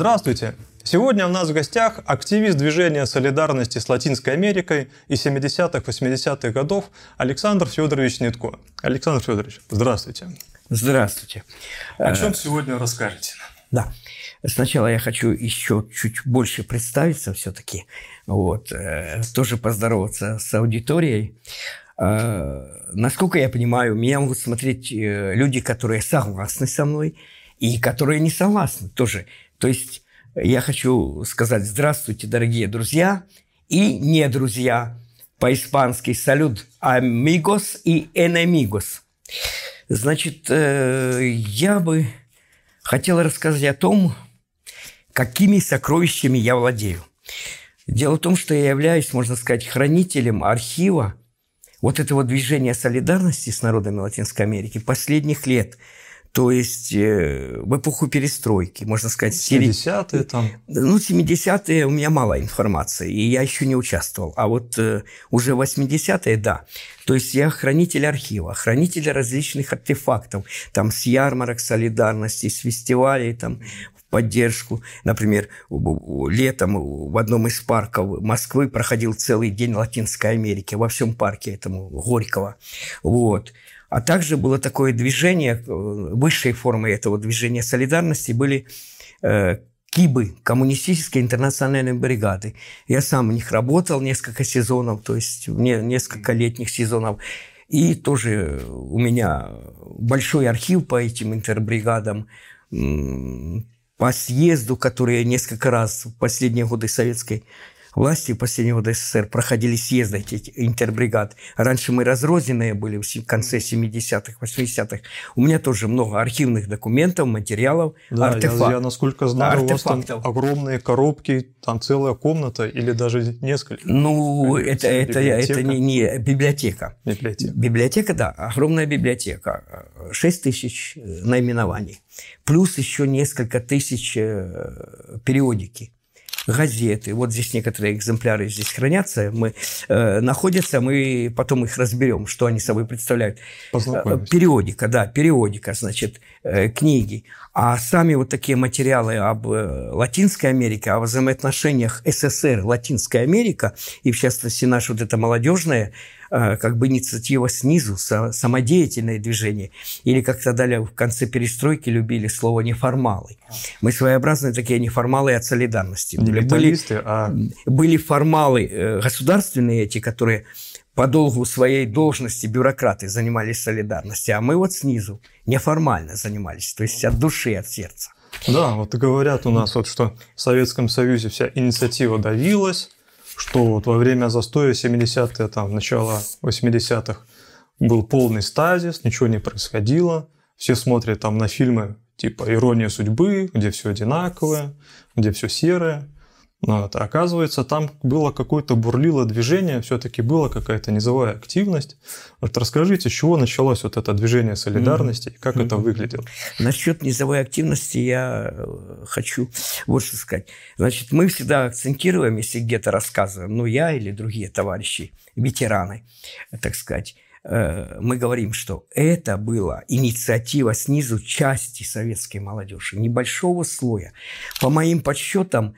Здравствуйте! Сегодня у нас в гостях активист движения солидарности с Латинской Америкой и 70-80-х годов Александр Федорович Нетко. Александр Федорович, здравствуйте. Здравствуйте. О чем сегодня расскажете? Да. Сначала я хочу еще чуть больше представиться все-таки. Тоже поздороваться с аудиторией. Насколько я понимаю, меня могут смотреть люди, которые согласны со мной, и которые не согласны тоже. То есть я хочу сказать здравствуйте, дорогие друзья и не друзья. По-испански салют amigos и enemigos. Значит, я бы хотел рассказать о том, какими сокровищами я владею. Дело в том, что я являюсь, можно сказать, хранителем архива вот этого движения солидарности с народами Латинской Америки последних лет. То есть в эпоху перестройки, можно сказать... 70-е там? 70-е у меня мало информации, и я еще не участвовал. А вот уже 80-е, да. То есть я хранитель архива, хранитель различных артефактов. Там с ярмарок солидарности, с фестивалей, там, в поддержку. Например, летом в одном из парков Москвы проходил целый день Латинской Америки, во всем парке этому Горького. А также было такое движение, высшей формой этого движения солидарности были КИБы, Коммунистические интернациональные бригады. Я сам в них работал несколько сезонов, то есть несколько летних сезонов. И тоже у меня большой архив по этим интербригадам, по съезду, которые несколько раз в последние годы советской власти, в последние годы СССР проходили съезды этих интербригад. Раньше мы разрозненные были в конце 70-х, 80-х. У меня тоже много архивных документов, материалов, да, артефактов. Я насколько знаю, у вас там огромные коробки, там целая комната или даже несколько. Это не библиотека. Библиотека, да, огромная библиотека. 6 тысяч наименований. Плюс еще несколько тысяч периодики. Газеты. Вот здесь некоторые экземпляры здесь хранятся. Находятся, мы потом их разберем, что они собой представляют. Периодика, значит, книги. А сами вот такие материалы об Латинской Америке, о взаимоотношениях СССР, Латинская Америка, и в частности наша вот эта молодежная как бы инициатива снизу, самодеятельное движение. Или, как тогда в конце перестройки любили слово «неформалы». Мы своеобразные такие неформалы от солидарности. Были формалы государственные эти, которые по долгу своей должности бюрократы занимались солидарностью, а мы вот снизу неформально занимались, то есть от души, от сердца. Да, вот и говорят у нас, что в Советском Союзе вся инициатива давилась, что вот во время застоя 70-е, там, начало 80-х был полный стазис, ничего не происходило. Все смотрят там на фильмы типа «Ирония судьбы», где все одинаковое, где все серое. А оказывается, там было какое-то бурлило движение, все-таки была какая-то низовая активность. Вот расскажите, с чего началось вот это движение солидарности и как это выглядело? Насчет низовой активности я хочу вот что сказать. Значит, мы всегда акцентируем, если где-то рассказываем, я или другие товарищи, ветераны, так сказать, мы говорим, что это была инициатива снизу части советской молодежи, небольшого слоя. По моим подсчетам,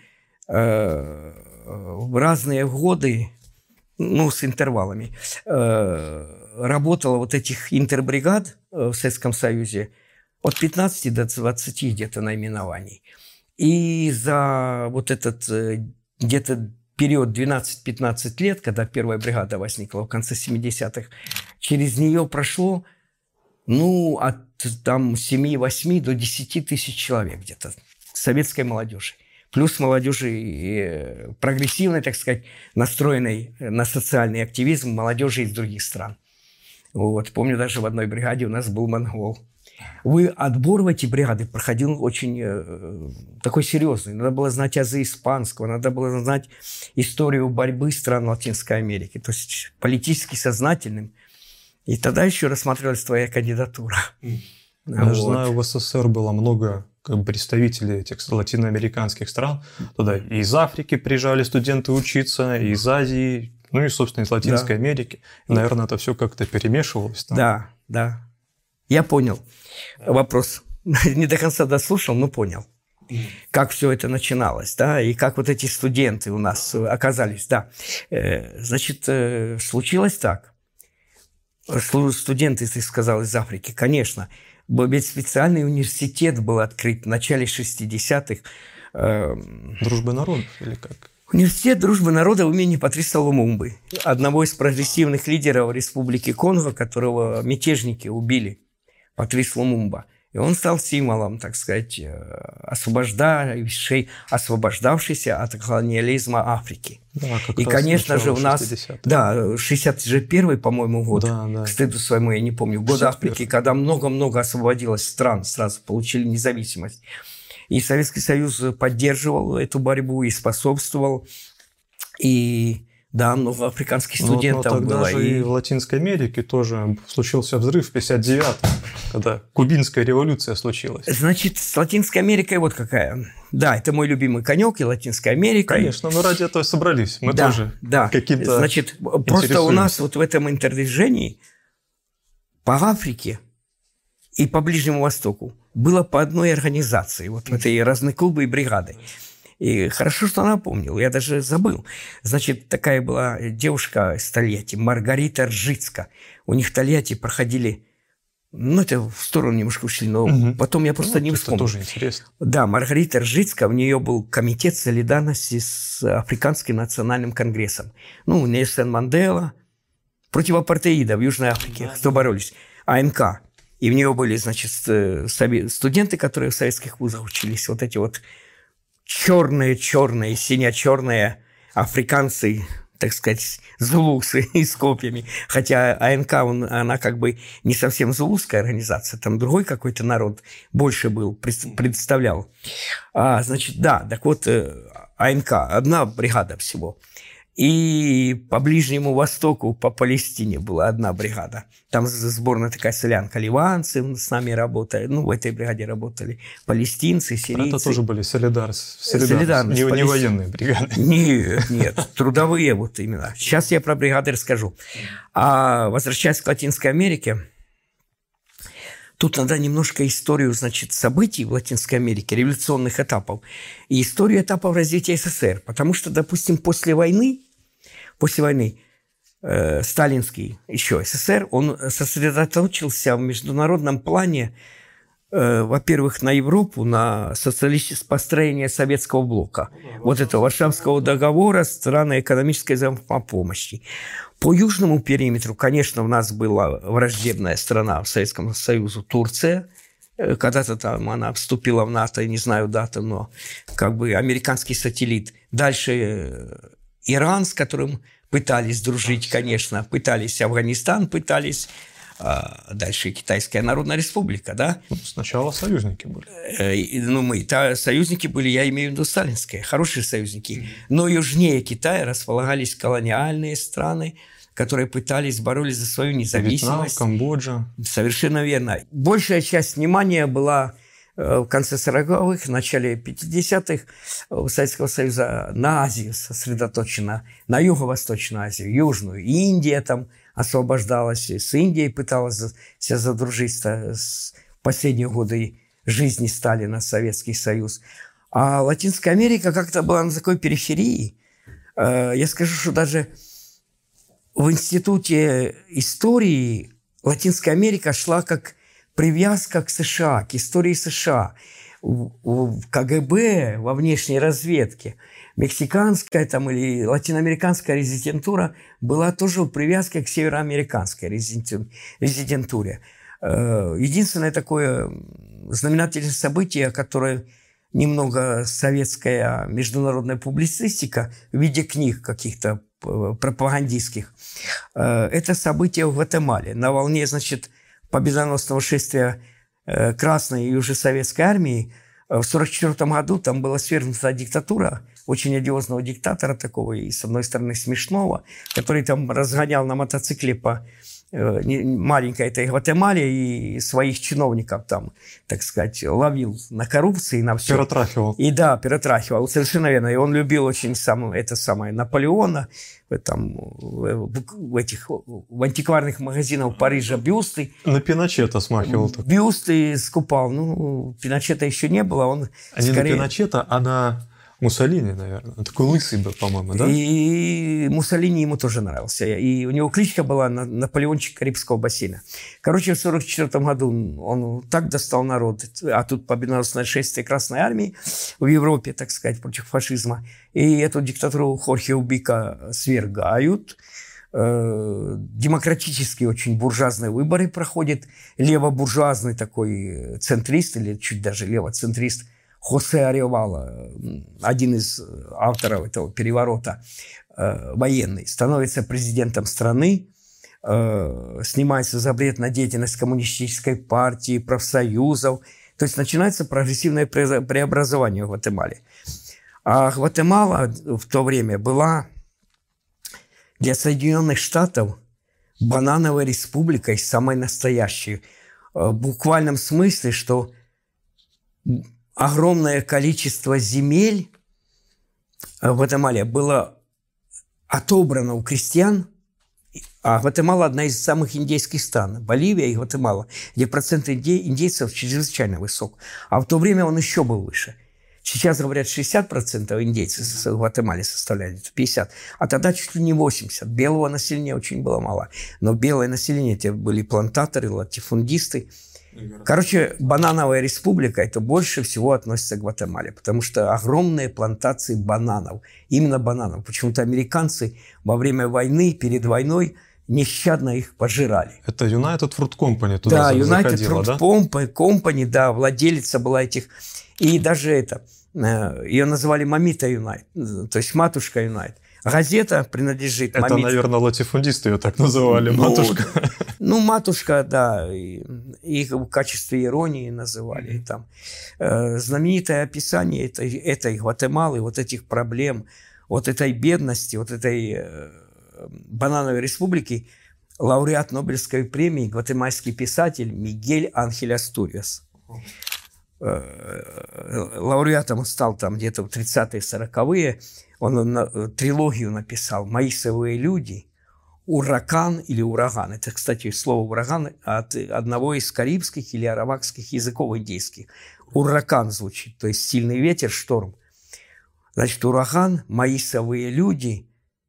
в разные годы, с интервалами, работало вот этих интербригад в Советском Союзе от 15 до 20 где-то наименований. И за вот этот где-то период 12-15 лет, когда первая бригада возникла в конце 70-х, через нее прошло от 7-8 до 10 тысяч человек где-то советской молодежи. Плюс молодежи прогрессивной, так сказать, настроенной на социальный активизм молодежи из других стран. Помню, даже в одной бригаде у нас был монгол. Отбор в эти бригады проходил очень такой серьезный. Надо было знать азы испанского, надо было знать историю борьбы стран Латинской Америки, то есть политически сознательным. И тогда еще рассматривалась твоя кандидатура. Я знаю, в СССР было много представителей этих латиноамериканских стран. Туда и из Африки приезжали студенты учиться, и из Азии, и, собственно, из Латинской Америки. И, наверное, это все как-то перемешивалось там. Да. Я понял вопрос. Не до конца дослушал, но понял. как все это начиналось, да, и как вот эти студенты у нас оказались, да. Значит, случилось так. Студенты, ты сказал, из Африки, конечно. Ведь специальный университет был открыт в начале 60-х. Дружбы народов или как? Университет дружбы народов имени Патриса Лумумбы, одного из прогрессивных лидеров Республики Конго, которого мятежники убили, Патрис Лумумба. И он стал символом, так сказать, освобождавшейся от колониализма Африки. Да, и, конечно же, у нас... 60-х. Да, 61-й, по-моему, год, да. к стыду своему, я не помню, год Африки, когда много-много освободилось стран, сразу получили независимость. И Советский Союз поддерживал эту борьбу и способствовал. И да, много африканских студентов но тогда было. же и в Латинской Америке тоже случился взрыв в 59-м, когда Кубинская революция случилась. Значит, с Латинской Америкой вот какая. Да, это мой любимый конек, и Латинская Америка. Конечно, но ради этого собрались. Мы тоже каким-то Значит, просто у нас вот в этом интердвижении по Африке и по Ближнему Востоку было по одной организации, вот в этой разные клубы и бригады. И хорошо, что напомнил, я даже забыл. Значит, такая была девушка из Тольятти, Маргарита Ржицка. У них в Тольятти проходили, это в сторону немножко ушли, но потом я просто не вспомнил. Это тоже интересно. Да, Маргарита Ржицка, у нее был комитет солидарности с Африканским национальным конгрессом. Нельсон Мандела, против апартеида в Южной Африке, кто боролись, АНК. И в нее были, значит, студенты, которые в советских вузах учились, вот эти вот черные, сине-черные африканцы, так сказать, зулусы с копьями. Хотя АНК, она как бы не совсем зулусская организация, там другой какой-то народ больше был, представлял. Значит, да, так вот, АНК, одна бригада всего. И по Ближнему Востоку, по Палестине была одна бригада. Там сборная такая солянка. Ливанцы с нами работали. В этой бригаде работали палестинцы, сирийцы. Это тоже были солидарность. Не военные бригады. Нет, трудовые вот именно. Сейчас я про бригады расскажу. А возвращаясь к Латинской Америке, тут надо немножко историю, значит, событий в Латинской Америке, революционных этапов, и историю этапов развития СССР. Потому что, допустим, после войны сталинский еще СССР, он сосредоточился в международном плане, во-первых, на Европу, на построение советского блока. Вот этого Варшавского договора, страны экономической взаимопомощи. По южному периметру, конечно, у нас была враждебная страна в Советском Союзе, Турция. Когда-то там она вступила в НАТО, я не знаю дату, но как бы американский сателлит. Дальше Иран, с которым пытались дружить, конечно, пытались Афганистан, пытались, дальше Китайская Народная Республика, да? Сначала союзники были. Союзники были, я имею в виду сталинские, хорошие союзники. Но южнее Китая располагались колониальные страны, которые боролись за свою независимость. Вьетнам, Камбоджа. Совершенно верно. Большая часть внимания была в конце 40-х, в начале 50-х Советского Союза на Азию сосредоточена, на Юго-Восточную Азию, Южную. И Индия там освобождалась, с Индией пыталась себя задружить с последние годы жизни Сталина, Советский Союз. А Латинская Америка как-то была на такой периферии. Я скажу, что даже в Институте истории Латинская Америка шла как привязка к США, к истории США. В КГБ, во внешней разведке, мексиканская там, или латиноамериканская резидентура была тоже в привязке к североамериканской резидентуре. Единственное такое знаменательное событие, которое немного советская международная публицистика в виде книг каких-то пропагандистских, это событие в Гватемале. На волне, значит, победоносного шествия Красной и уже Советской армии в 1944 году там была свергнута диктатура очень одиозного диктатора такого, и с одной стороны смешного, который там разгонял на мотоцикле по маленькой этой Гватемале и своих чиновников там, так сказать, ловил на коррупции, на все. Перетрахивал. И да, перетрахивал, совершенно верно. И он любил очень Наполеона, в антикварных магазинах Парижа бюсты. На Пиночета смахивал. Бюсты скупал. Ну, Пиночета еще не было. Он не на Пиночета, а на Муссолини, наверное. Такой лысый был, по-моему, да? И Муссолини ему тоже нравился. И у него кличка была Наполеончик Карибского бассейна. Короче, в 1944 году он так достал народ. А тут победоносное шествие Красной Армии в Европе, так сказать, против фашизма. И эту диктатуру Хорхе Убика свергают. Демократические очень буржуазные выборы проходят. Левобуржуазный такой центрист, или чуть даже левоцентрист, Хосе Аревало, один из авторов этого переворота, военный, становится президентом страны, снимается запрет на деятельность коммунистической партии, профсоюзов. То есть начинается прогрессивное преобразование в Гватемале. А Гватемала в то время была для Соединенных Штатов банановой республикой, самой настоящей. В буквальном смысле, что огромное количество земель в Гватемале было отобрано у крестьян, а Гватемала одна из самых индейских стран, Боливия и Гватемала, где процент индейцев чрезвычайно высок. А в то время он еще был выше. Сейчас, говорят, 60% индейцев в Гватемале составляют, 50%, а тогда чуть ли не 80%. Белого населения очень было мало. Но белое население, это были плантаторы, латифундисты. Короче, банановая республика, это больше всего относится к Гватемале, потому что огромные плантации бананов, именно бананов. Почему-то американцы во время войны, перед войной нещадно их пожирали. Это United Fruit Company туда заходила, да? Да, United Fruit Company, да, владелица была этих. И даже ее называли Мамита Юнайт, то есть Матушка Юнайт. Газета принадлежит Мамите. Это, наверное, латифундисты ее так называли, Матушка. Ну, Матушка, да, их в качестве иронии называли. Там. Знаменитое описание этой Гватемалы, вот этих проблем, вот этой бедности, вот этой банановой республики, лауреат Нобелевской премии, гватемальский писатель Мигель Анхель Астурьяс. Лауреатом он стал там где-то в 30-е, 40-е. Он трилогию написал «Маисовые люди», «Уракан» или «Ураган». Это, кстати, слово «ураган» от одного из карибских или аравакских языков индейских. «Уракан» звучит, то есть сильный ветер, шторм. Значит, «Ураган», «Маисовые люди»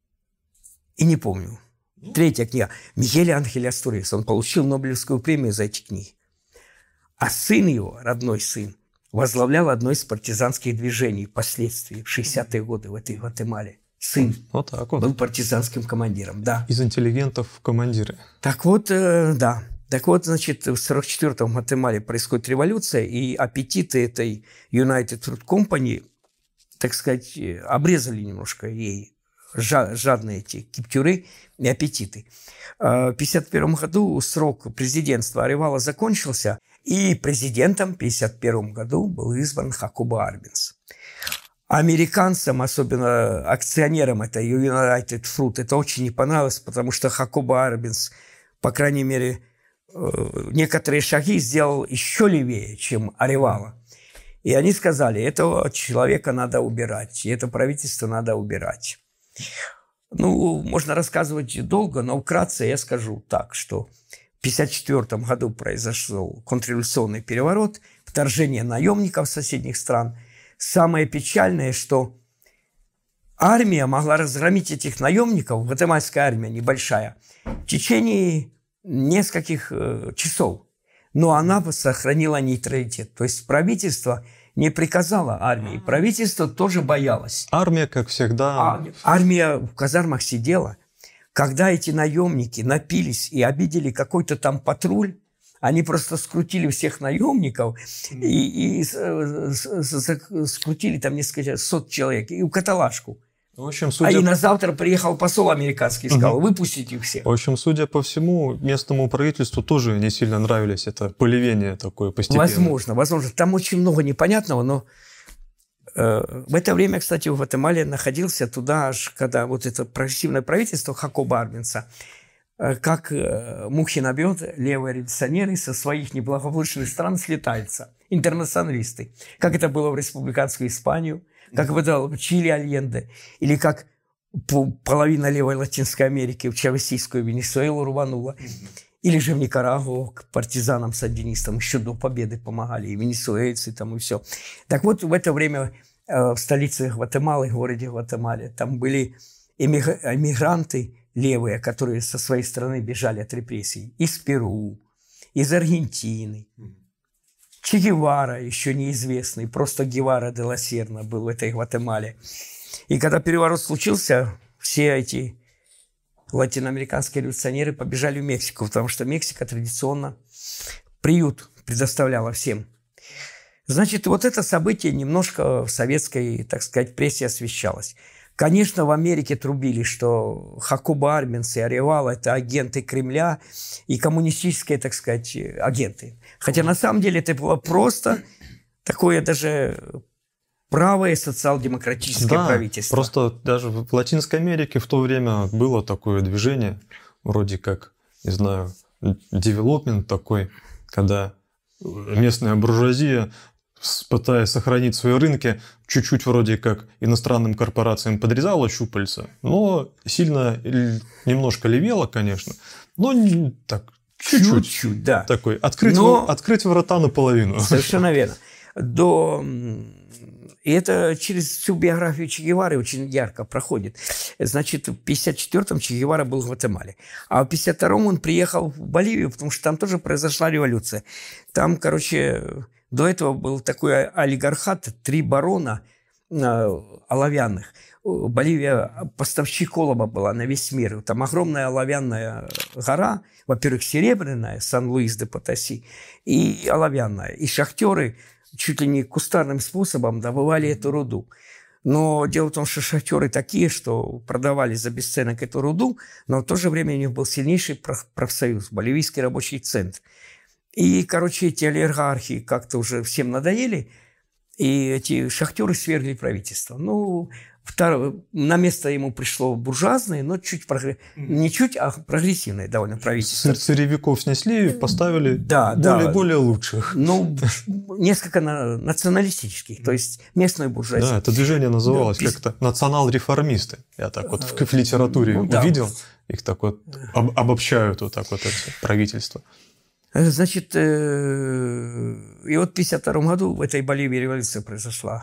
и не помню. Третья книга. Мигель Анхель Астурьяс. Он получил Нобелевскую премию за эти книги. А сын его, родной сын, возглавлял одно из партизанских движений впоследствии, в 60-е годы в этой Гватемале. Сын вот так вот. Был партизанским командиром, да. Из интеллигентов командиры. Так вот, да. Так вот, значит, в 1944-м в Гватемале происходит революция, и аппетиты этой United Fruit Company, так сказать, обрезали немножко ей жадные эти киптюры и аппетиты. В 1951 году срок президентства Аревало закончился, и президентом в 1951 году был избран Хакуба Арбенс. Американцам, особенно акционерам этой United Fruit, это очень не понравилось, потому что Хакуба Арбенс, по крайней мере, некоторые шаги сделал еще левее, чем Аревало. И они сказали, этого человека надо убирать, и это правительство надо убирать. Ну, можно рассказывать долго, но вкратце я скажу так, что в 1954 году произошел контрреволюционный переворот, вторжение наемников соседних стран. Самое печальное, что армия могла разгромить этих наемников, гватемальская армия небольшая, в течение нескольких часов. Но она сохранила нейтралитет. То есть правительство не приказало армии. Правительство тоже боялось. Армия, как всегда... Армия в казармах сидела. Когда эти наемники напились и обидели какой-то там патруль, они просто скрутили всех наемников и скрутили там несколько сот человек и в каталажку. В общем, и на завтра приехал посол американский и сказал, выпустите их всех. В общем, судя по всему, местному правительству тоже не сильно нравились это поливение такое постепенное. Возможно. Там очень много непонятного, но в это время, кстати, в Гватемале находился туда, аж когда вот это прогрессивное правительство Хакуба Арбенса как мухи на мед, левые революционеры со своих неблагополучных стран слетаются, интернационалисты. Как это было в республиканскую Испанию, как это в Чили Альенде, или как половина левой Латинской Америки в чавесистскую Венесуэлу рванула, или же в Никарагуа к партизанам-сандинистам еще до победы помогали, и венесуэльцы там, и все. Так вот, в это время в столице Гватемалы, в городе Гватемале, там были эмигранты левые, которые со своей страны бежали от репрессий. Из Перу, из Аргентины. Че Гевара, еще неизвестный, просто Гевара де ла Серна был в этой Гватемале. И когда переворот случился, все эти латиноамериканские революционеры побежали в Мексику, потому что Мексика традиционно приют предоставляла всем. Значит, вот это событие немножко в советской, так сказать, прессе освещалось. Конечно, в Америке трубили, что Хакоба Арбенс и Аревала – это агенты Кремля и коммунистические, так сказать, агенты. Хотя на самом деле это было просто такое даже правое социал-демократическое правительство. Просто даже в Латинской Америке в то время было такое движение, вроде как, не знаю, девелопмент такой, когда местная буржуазия, пытаясь сохранить свои рынки, чуть-чуть вроде как иностранным корпорациям подрезала щупальца, но сильно, немножко левела, конечно, но не так, чуть-чуть, да. Такой, открыть врата наполовину. Совершенно верно. И это через всю биографию Че Гевары очень ярко проходит. Значит, в 1954-м Че Гевара был в Гватемале. А в 1952-м он приехал в Боливию, потому что там тоже произошла революция. Там, короче, до этого был такой олигархат, 3 барона оловянных. Боливия поставщик олова была на весь мир. Там огромная оловянная гора, во-первых, серебряная, Сан-Луис-де-Потаси, и оловянная. И шахтеры чуть ли не кустарным способом добывали эту руду. Но дело в том, что шахтеры такие, что продавали за бесценок эту руду, но в то же время у них был сильнейший профсоюз, Боливийский рабочий центр. И, короче, эти олигархи как-то уже всем надоели, и эти шахтеры свергли правительство. Ну, на место ему пришло буржуазное, но не чуть, а прогрессивное довольно правительство. Сырьевиков снесли, поставили более лучших. Ну, несколько националистических, то есть местную буржуазию. Да, это движение называлось как-то национал-реформисты. Я так вот в литературе увидел, их так вот обобщают вот так вот это правительство. Значит, и вот в 1952 году в этой Боливии революция произошла.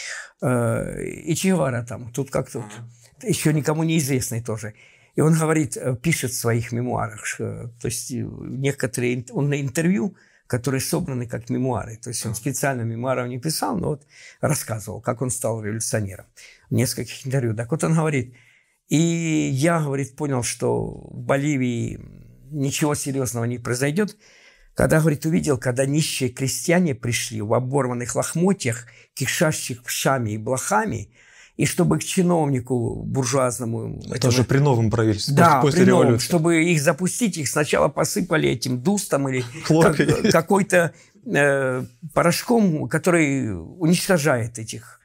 И Че Гевара там, тут как-то еще никому неизвестный тоже. И он говорит, пишет в своих мемуарах, то есть некоторые, он на интервью, которые собраны как мемуары. То есть он специально мемуаров не писал, но вот рассказывал, как он стал революционером в нескольких интервью. Так вот он говорит, и я, говорит, понял, что в Боливии ничего серьезного не произойдет, когда, говорит, увидел, когда нищие крестьяне пришли в оборванных лохмотьях, кишащих пшами и блохами, и чтобы к чиновнику буржуазному... Это же при новом правительстве, да, после революции. новом, чтобы их запустить, их сначала посыпали этим дустом или какой-то порошком, который уничтожает этих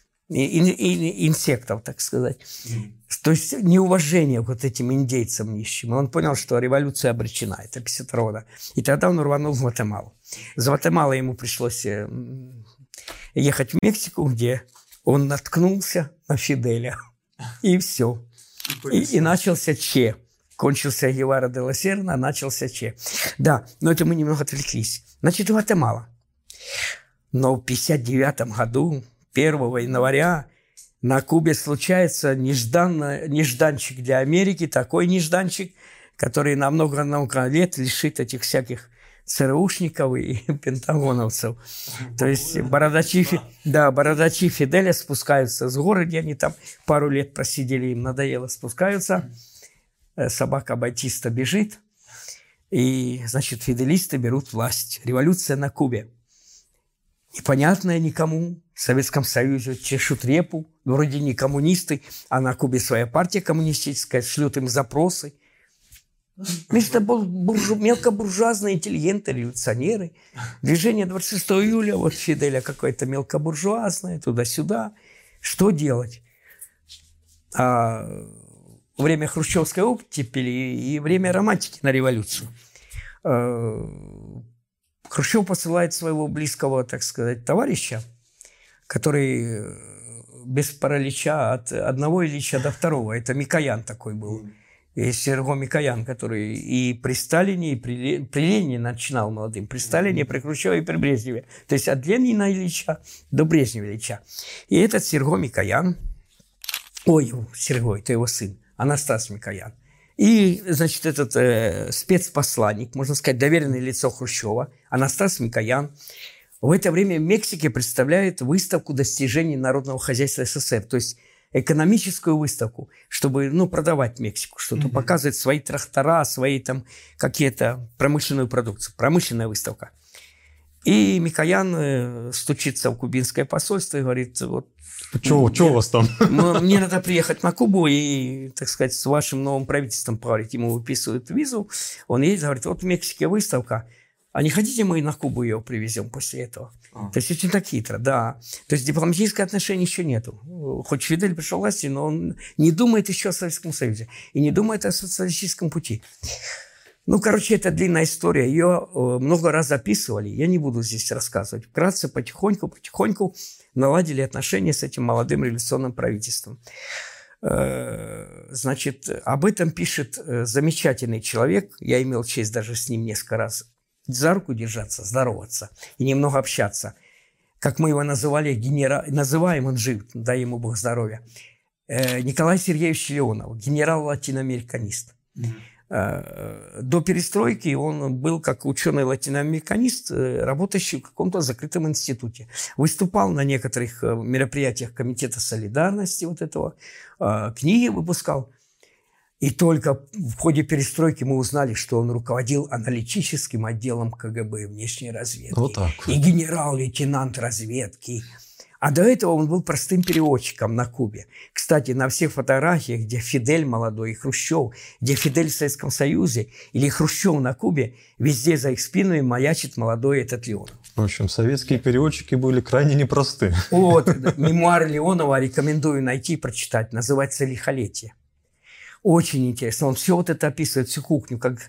инсектов, так сказать. То есть неуважение к вот этим индейцам нищим. И он понял, что революция обречена. Это 1952 года. И тогда он рванул в Гватемалу. С Гватемалы ему пришлось ехать в Мексику, где он наткнулся на Фиделя. И все. И начался Че. Кончился Гевара де ла Серна, начался Че. Да, но это мы немного отвлеклись. Значит, Гватемала. Но в 1959 году, 1 января, на Кубе случается нежданчик для Америки, такой нежданчик, который на много-много лет лишит этих всяких ЦРУшников и пентагоновцев. То есть бородачи Фиделя спускаются с гор, где они там пару лет просидели, им надоело, спускаются. Собака Батиста бежит, и, значит, фиделисты берут власть. Революция на Кубе. Непонятная никому. В Советском Союзе чешут репу, вроде не коммунисты, а на Кубе своя партия коммунистическая, шлют им запросы. Вместо мелкобуржуазные интеллигенты, революционеры. Движение 26 июля, вот Фиделя какое-то мелкобуржуазное, туда-сюда. Что делать? время хрущевской оттепели и время романтики на революцию. Хрущев посылает своего близкого, так сказать, товарища, который без паралича от одного Ильича до второго. Это Микоян такой был. И Серго Микоян, который и при Сталине, и при Ленине начинал молодым, при Сталине, при Хрущеве и при Брежневе. То есть от Ленина Ильича до Брежнева Ильича. И этот Серго Микоян, Серго, это его сын, Анастас Микоян. И, значит, этот спецпосланник, можно сказать, доверенное лицо Хрущева, Анастас Микоян, в это время в Мексике представляет выставку достижений народного хозяйства СССР. То есть экономическую выставку, чтобы продавать Мексику, что-то показывать, свои трактора, свои там какие-то промышленную продукцию. Промышленная выставка. И Микоян стучится в кубинское посольство и говорит, что у вас там? Мне надо приехать на Кубу и, так сказать, с вашим новым правительством поговорить. Ему выписывают визу, он едет, говорит, в Мексике выставка, а не хотите, мы на Кубу ее привезем после этого? То есть очень так хитро, да. То есть дипломатических отношений еще нету. Хоть Фидель пришел к власти, но он не думает еще о Советском Союзе и не думает о социалистическом пути. Это длинная история. Ее много раз записывали. Я не буду здесь рассказывать. Вкратце, потихоньку наладили отношения с этим молодым революционным правительством. Значит, об этом пишет замечательный человек. Я имел честь даже с ним несколько раз за руку держаться, здороваться и немного общаться. Как мы его называли, называем, он жив, дай ему Бог здоровья. Николай Сергеевич Леонов, генерал-латиноамериканист. До перестройки он был как ученый-латиноамериканист, работающий в каком-то закрытом институте. Выступал на некоторых мероприятиях Комитета солидарности книги выпускал. И только в ходе перестройки мы узнали, что он руководил аналитическим отделом КГБ, внешней разведки. Вот так. И генерал-лейтенант разведки. А до этого он был простым переводчиком на Кубе. Кстати, на всех фотографиях, где Фидель молодой и Хрущев, где Фидель в Советском Союзе или Хрущев на Кубе, везде за их спинами маячит молодой этот Леонов. В общем, советские переводчики были крайне непросты. Мемуары Леонова рекомендую найти и прочитать. Называется «Лихолетие». Очень интересно. Он все это описывает, всю кухню, как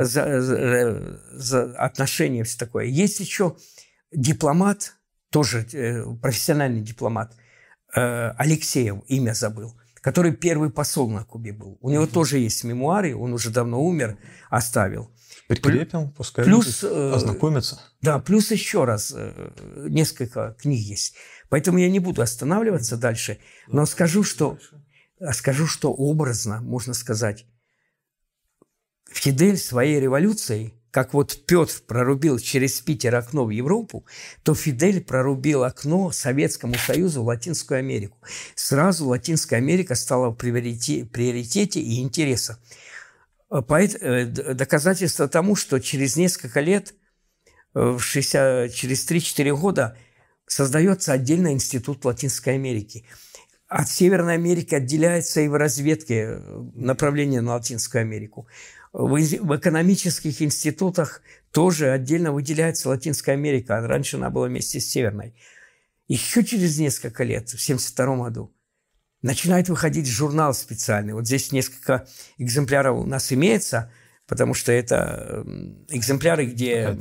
за отношения, все такое. Есть еще дипломат, тоже профессиональный дипломат, Алексеев, имя забыл, который первый посол на Кубе был. У него тоже есть мемуары, он уже давно умер, оставил. Прикрепим, пускай ознакомиться. Да, плюс еще раз несколько книг есть. Поэтому я не буду останавливаться дальше, но скажу, что образно, можно сказать, Фидель своей революцией, как Петр прорубил через Питер окно в Европу, то Фидель прорубил окно Советскому Союзу в Латинскую Америку. Сразу Латинская Америка стала в приоритете и интереса. Доказательство тому, что через несколько лет, через 3-4 года, создается отдельный институт Латинской Америки. От Северной Америки отделяется и в разведке направление на Латинскую Америку. В экономических институтах тоже отдельно выделяется Латинская Америка. Раньше она была вместе с Северной. Еще через несколько лет, в 1972 году, начинает выходить журнал специальный. Здесь несколько экземпляров у нас имеется, потому что это экземпляры, где...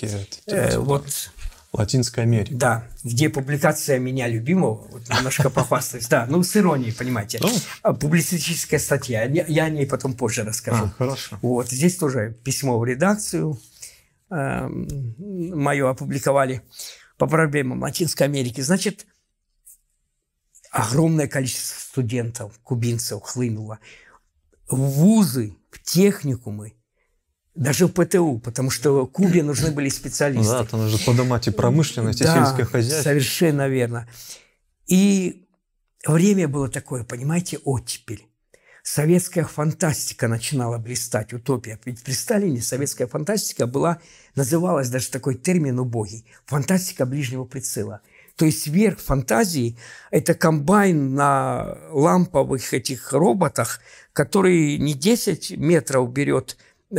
Латинская Америка. Да, где публикация меня любимого, немножко похвастаюсь, да, с иронией, понимаете. Публицистическая статья, я о ней потом позже расскажу. Хорошо. Здесь тоже письмо в редакцию мое опубликовали по проблемам Латинской Америки. Значит, огромное количество студентов, кубинцев хлынуло в вузы, в техникумы, даже в ПТУ, потому что Кубе нужны были специалисты. Да, там нужно поднимать и промышленность, и сельское хозяйство. Совершенно верно. И время было такое, понимаете, оттепель. Советская фантастика начинала блистать, утопия. Ведь при Сталине советская фантастика называлась даже такой термин убогий. Фантастика ближнего прицела. То есть верх фантазии – это комбайн на ламповых этих роботах, который не 10 метров берет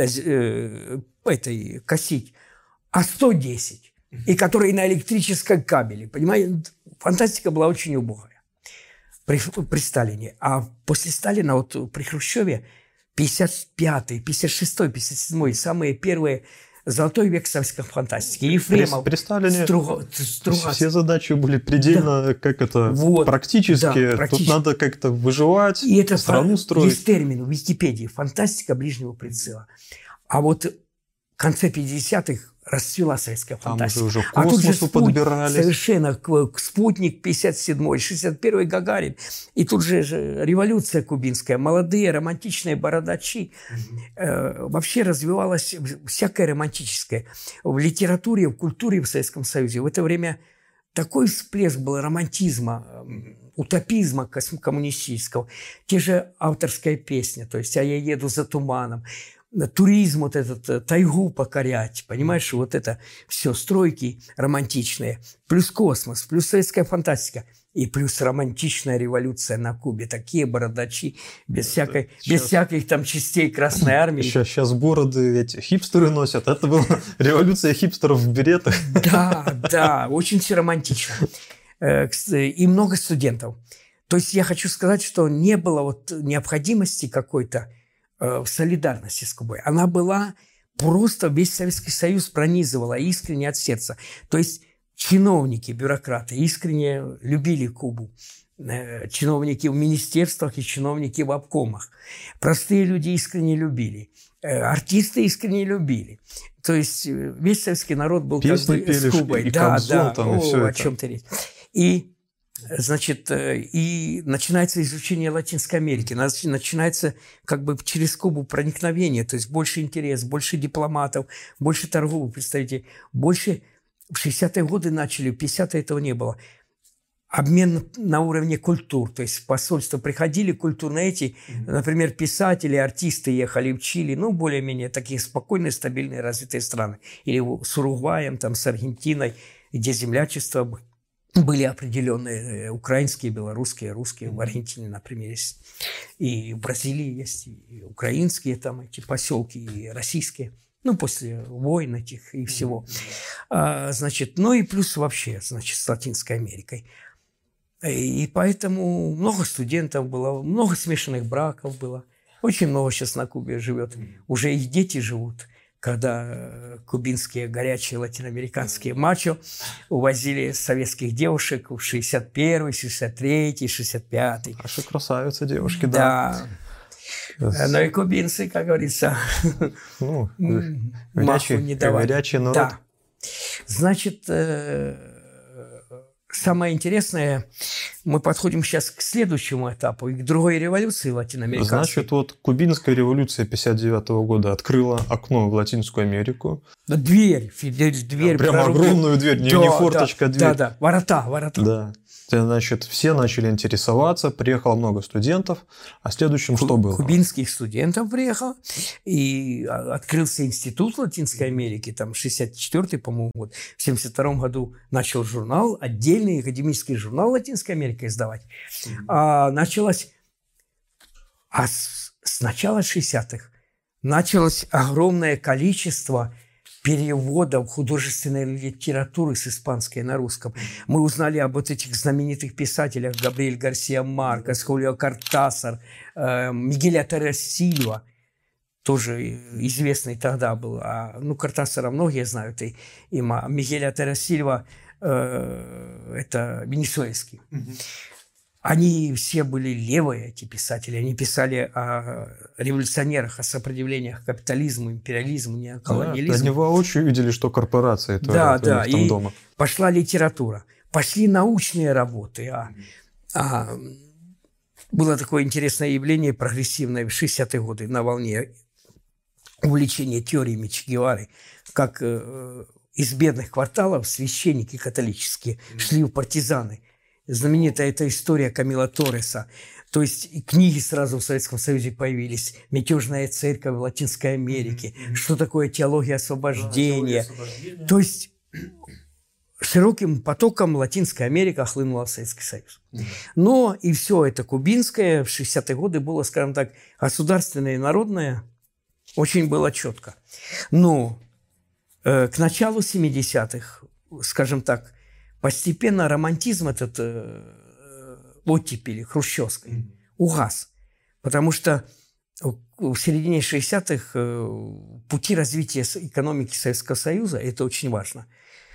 косить, а 110. И который на электрическом кабеле. Понимаете, фантастика была очень убогая. при Сталине. А после Сталина, вот при Хрущеве, 55-й, 56-й, 57-й, самые первые золотой век советской фантастики. Ефремов, при Сталине Стругацкий. все задачи были предельно, практические. Тут надо как-то выживать, и это страну строить. Есть термин в Википедии «фантастика ближнего прицела». А вот в конце 50-х расцвела советская фантастика. Там уже к а тут же подбирались. Совершенно спутник 57-й, 61-й Гагарин. И тут же революция кубинская. Молодые романтичные бородачи. Вообще развивалось всякое романтическое. В литературе, в культуре в Советском Союзе в это время такой всплеск был романтизма, утопизма коммунистического. Те же авторская песня, то есть «А я еду за туманом». Туризм, вот этот, тайгу покорять, понимаешь, вот это все стройки романтичные, плюс космос, плюс советская фантастика и плюс романтичная революция на Кубе. Такие бородачи, без всяких там частей Красной Армии. Сейчас бороды эти хипстеры носят. Это была революция хипстеров в беретах. Да, очень все романтично. И много студентов. То есть я хочу сказать, что не было вот необходимости какой-то в солидарности с Кубой. Она была просто, весь Советский Союз пронизывала искренне от сердца. То есть чиновники, бюрократы искренне любили Кубу. Чиновники в министерствах и чиновники в обкомах. Простые люди искренне любили. Артисты искренне любили. То есть весь советский народ был песни как бы с Кубой. И Кобзон, там, и все о это. чем-то речь. И значит, и начинается изучение Латинской Америки, начинается как бы через Кубу проникновение, то есть больше интерес, больше дипломатов, больше торговых представителей, больше в 60-е годы начали, в 50-е этого не было. Обмен на уровне культур, то есть в посольство приходили культурные эти, например, писатели, артисты ехали в Чили, ну, более-менее такие спокойные, стабильные, развитые страны, или с Уругваем, там, с Аргентиной, где землячество были определенные украинские, белорусские, русские. В Аргентине, например, есть. И в Бразилии есть и украинские там эти поселки, и российские. Ну, после войн этих и всего. Значит, ну и плюс вообще, значит, с Латинской Америкой. И поэтому много студентов было, много смешанных браков было. Очень много сейчас на Кубе живет. Уже их дети живут. Когда кубинские горячие латиноамериканские мачо увозили советских девушек в 61-й, 63-й, 65-й. А что красавицы девушки, да. Но и кубинцы, как говорится, маху не давали. Горячий народ. Да. Значит, самое интересное, мы подходим сейчас к следующему этапу и к другой революции латиноамериканской. Значит, вот кубинская революция 59-го года открыла окно в Латинскую Америку. Дверь прям огромную дверь, не форточка, дверь. Да, ворота. Да. Значит, все начали интересоваться, приехало много студентов. А следующим что было? Кубинских студентов приехало, и открылся институт Латинской Америки, там 64-й, по-моему, год. В 72-м году начал журнал, отдельный академический журнал Латинской Америки издавать. Началось, с начала 60-х началось огромное количество переводов художественной литературы с испанской на русском. Мы узнали об вот этих знаменитых писателях: Габриэль Гарсиа Маркес, Хулио Кортасар, Мигеля Терес Сильва, тоже известный тогда был. Кортасара многие знают, и Мигеля Терес Сильва это венесуэльский. Они все были левые, эти писатели. Они писали о революционерах, о сопротивлениях капитализму, империализму, неоколониализму. Они воочию видели, что корпорации творят у них там дома. Пошла литература, пошли научные работы. Было такое интересное явление прогрессивное в 60-е годы на волне увлечения теориями Че Гевары, как из бедных кварталов священники католические шли в партизаны. Знаменитая эта история Камила Торреса. То есть и книги сразу в Советском Союзе появились. «Мятежная церковь в Латинской Америке». Что такое теология освобождения. То есть широким потоком Латинская Америка хлынула в Советский Союз. Но и все это кубинское в 60-е годы было, скажем так, государственное и народное. Очень было четко. Но к началу 70-х, скажем так, постепенно романтизм этот оттепели хрущевской угас. Потому что в середине 60-х пути развития экономики Советского Союза, это очень важно,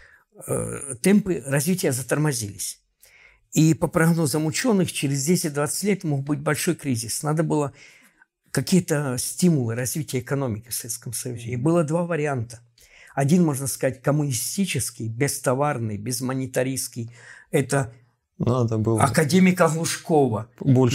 темпы развития затормозились. И по прогнозам ученых, через 10-20 лет мог быть большой кризис. Надо было какие-то стимулы развития экономики в Советском Союзе. И было два варианта. Один, можно сказать, коммунистический, бестоварный, безмонетаристский. Это надо было академика Глушкова.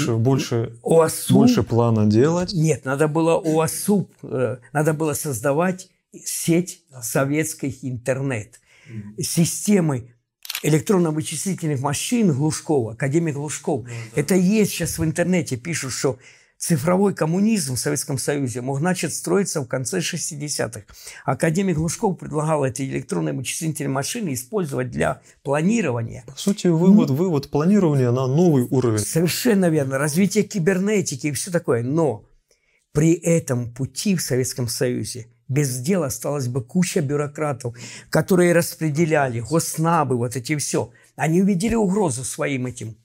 Больше плана делать. Нет, надо было ОАСУ, надо было создавать сеть советских интернет. Системы электронно-вычислительных машин Глушкова, академик Глушков. Это есть сейчас в интернете, пишут, что цифровой коммунизм в Советском Союзе мог начать строиться в конце 60-х. Академик Глушков предлагал эти электронные вычислительные машины использовать для планирования. По сути, вывод планирования на новый уровень. Совершенно верно. Развитие кибернетики и все такое. Но при этом пути в Советском Союзе без дела осталась бы куча бюрократов, которые распределяли госнабы, вот эти все. Они увидели угрозу своим этим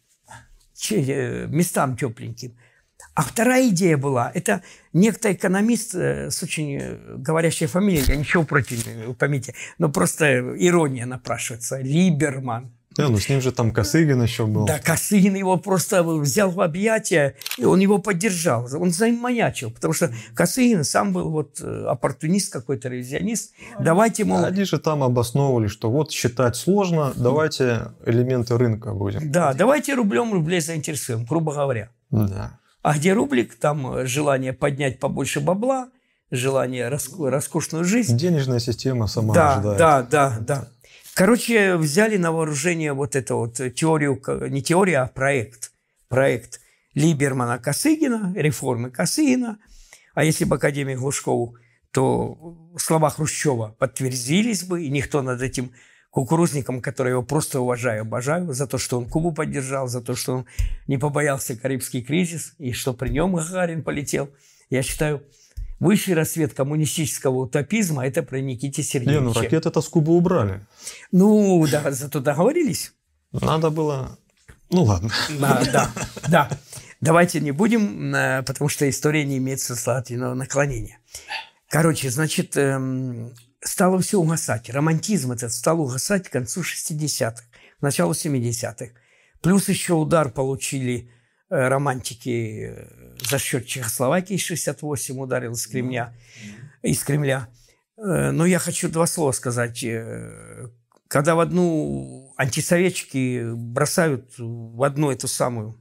местам тепленьким. А вторая идея была, это некто экономист с очень говорящей фамилией, я ничего против, поймите, но просто ирония напрашивается, Либерман. Ну с ним же там Косыгин еще был. Да, Косыгин его просто взял в объятия, и он его поддержал, он за ним маячил, потому что Косыгин сам был вот оппортунист какой-то, ревизионист. Давайте, мол... Они же там обосновывали, что вот считать сложно, давайте элементы рынка будем. Да, давайте рублей заинтересуем, грубо говоря. Да. А где рублик, там желание поднять побольше бабла, желание роскошную жизнь. Денежная система сама рождает. Да. Короче, взяли на вооружение вот эту вот теорию, не теорию, а проект. Проект Либермана-Косыгина, реформы Косыгина. А если бы академик Глушков, то слова Хрущева подтвердились бы, и никто над этим кукурузником, который его просто уважаю, обожаю, за то, что он Кубу поддержал, за то, что он не побоялся Карибский кризис, и что при нем Гагарин полетел. Я считаю, высший рассвет коммунистического утопизма – это при Никите Сергеевиче. Не, ракеты-то с Кубы убрали. Ну, да, зато договорились. Надо было... Ну, ладно. Да. Давайте не будем, потому что история не имеет состоятельного наклонения. Короче, значит... стало все угасать. Романтизм этот стал угасать к концу 60-х, к началу 70-х. Плюс еще удар получили романтики за счет Чехословакии, 68 ударил из Кремля. Но я хочу два слова сказать. Когда в одну антисоветчики бросают в одну эту самую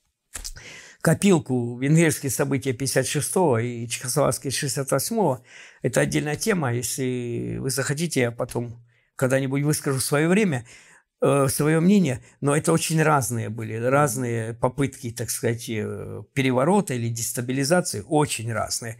копилку венгерские события 56-го и чехословацкие 68-го, это отдельная тема. Если вы захотите, я потом когда-нибудь выскажу свое мнение. Но это очень разные были, разные попытки, так сказать, переворота или дестабилизации, очень разные.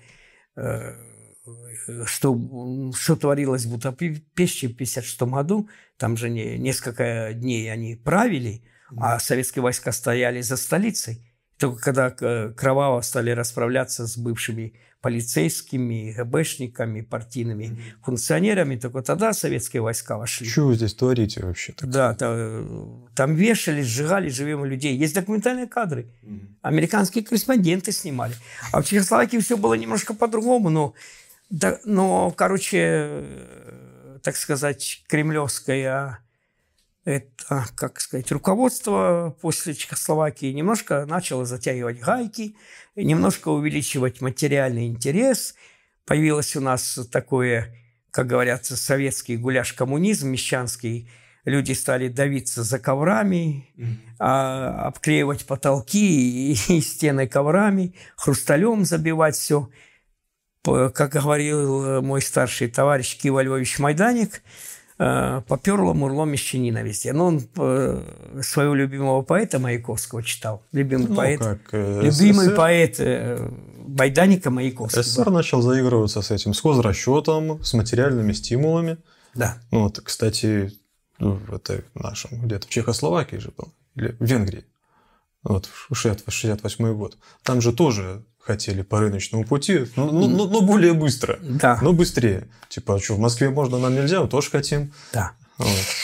Что творилось в Будапеште в 56 году, там же несколько дней они правили, а советские войска стояли за столицей. Только когда кроваво стали расправляться с бывшими полицейскими, ГБшниками, партийными функционерами, только тогда советские войска вошли. Что вы здесь творите вообще? Да, там вешали, сжигали живых людей. Есть документальные кадры. Американские корреспонденты снимали. А в Чехословакии все было немножко по-другому. Но, короче, так сказать, кремлевская... Это, как сказать, руководство после Чехословакии немножко начало затягивать гайки, немножко увеличивать материальный интерес. Появилось у нас такое, как говорят, советский гуляш-коммунизм, мещанский. Люди стали давиться за коврами, обклеивать потолки и стены коврами, хрусталем забивать все. Как говорил мой старший товарищ Кива Львович Майданик, поперло мурло мещанина везде. Но он своего любимого поэта Маяковского читал. Любимый поэт Майданика Маяковского. СССР начал заигрываться с этим, с хозрасчетом, с материальными стимулами. Да. Вот, кстати, это нашем, где-то в Чехословакии же был, или в Венгрии. Вот, 68-й год. Там же тоже хотели по рыночному пути, но более быстро. Да. Но быстрее. Типа, а что, в Москве можно, нам нельзя, мы тоже хотим. Да. Вот.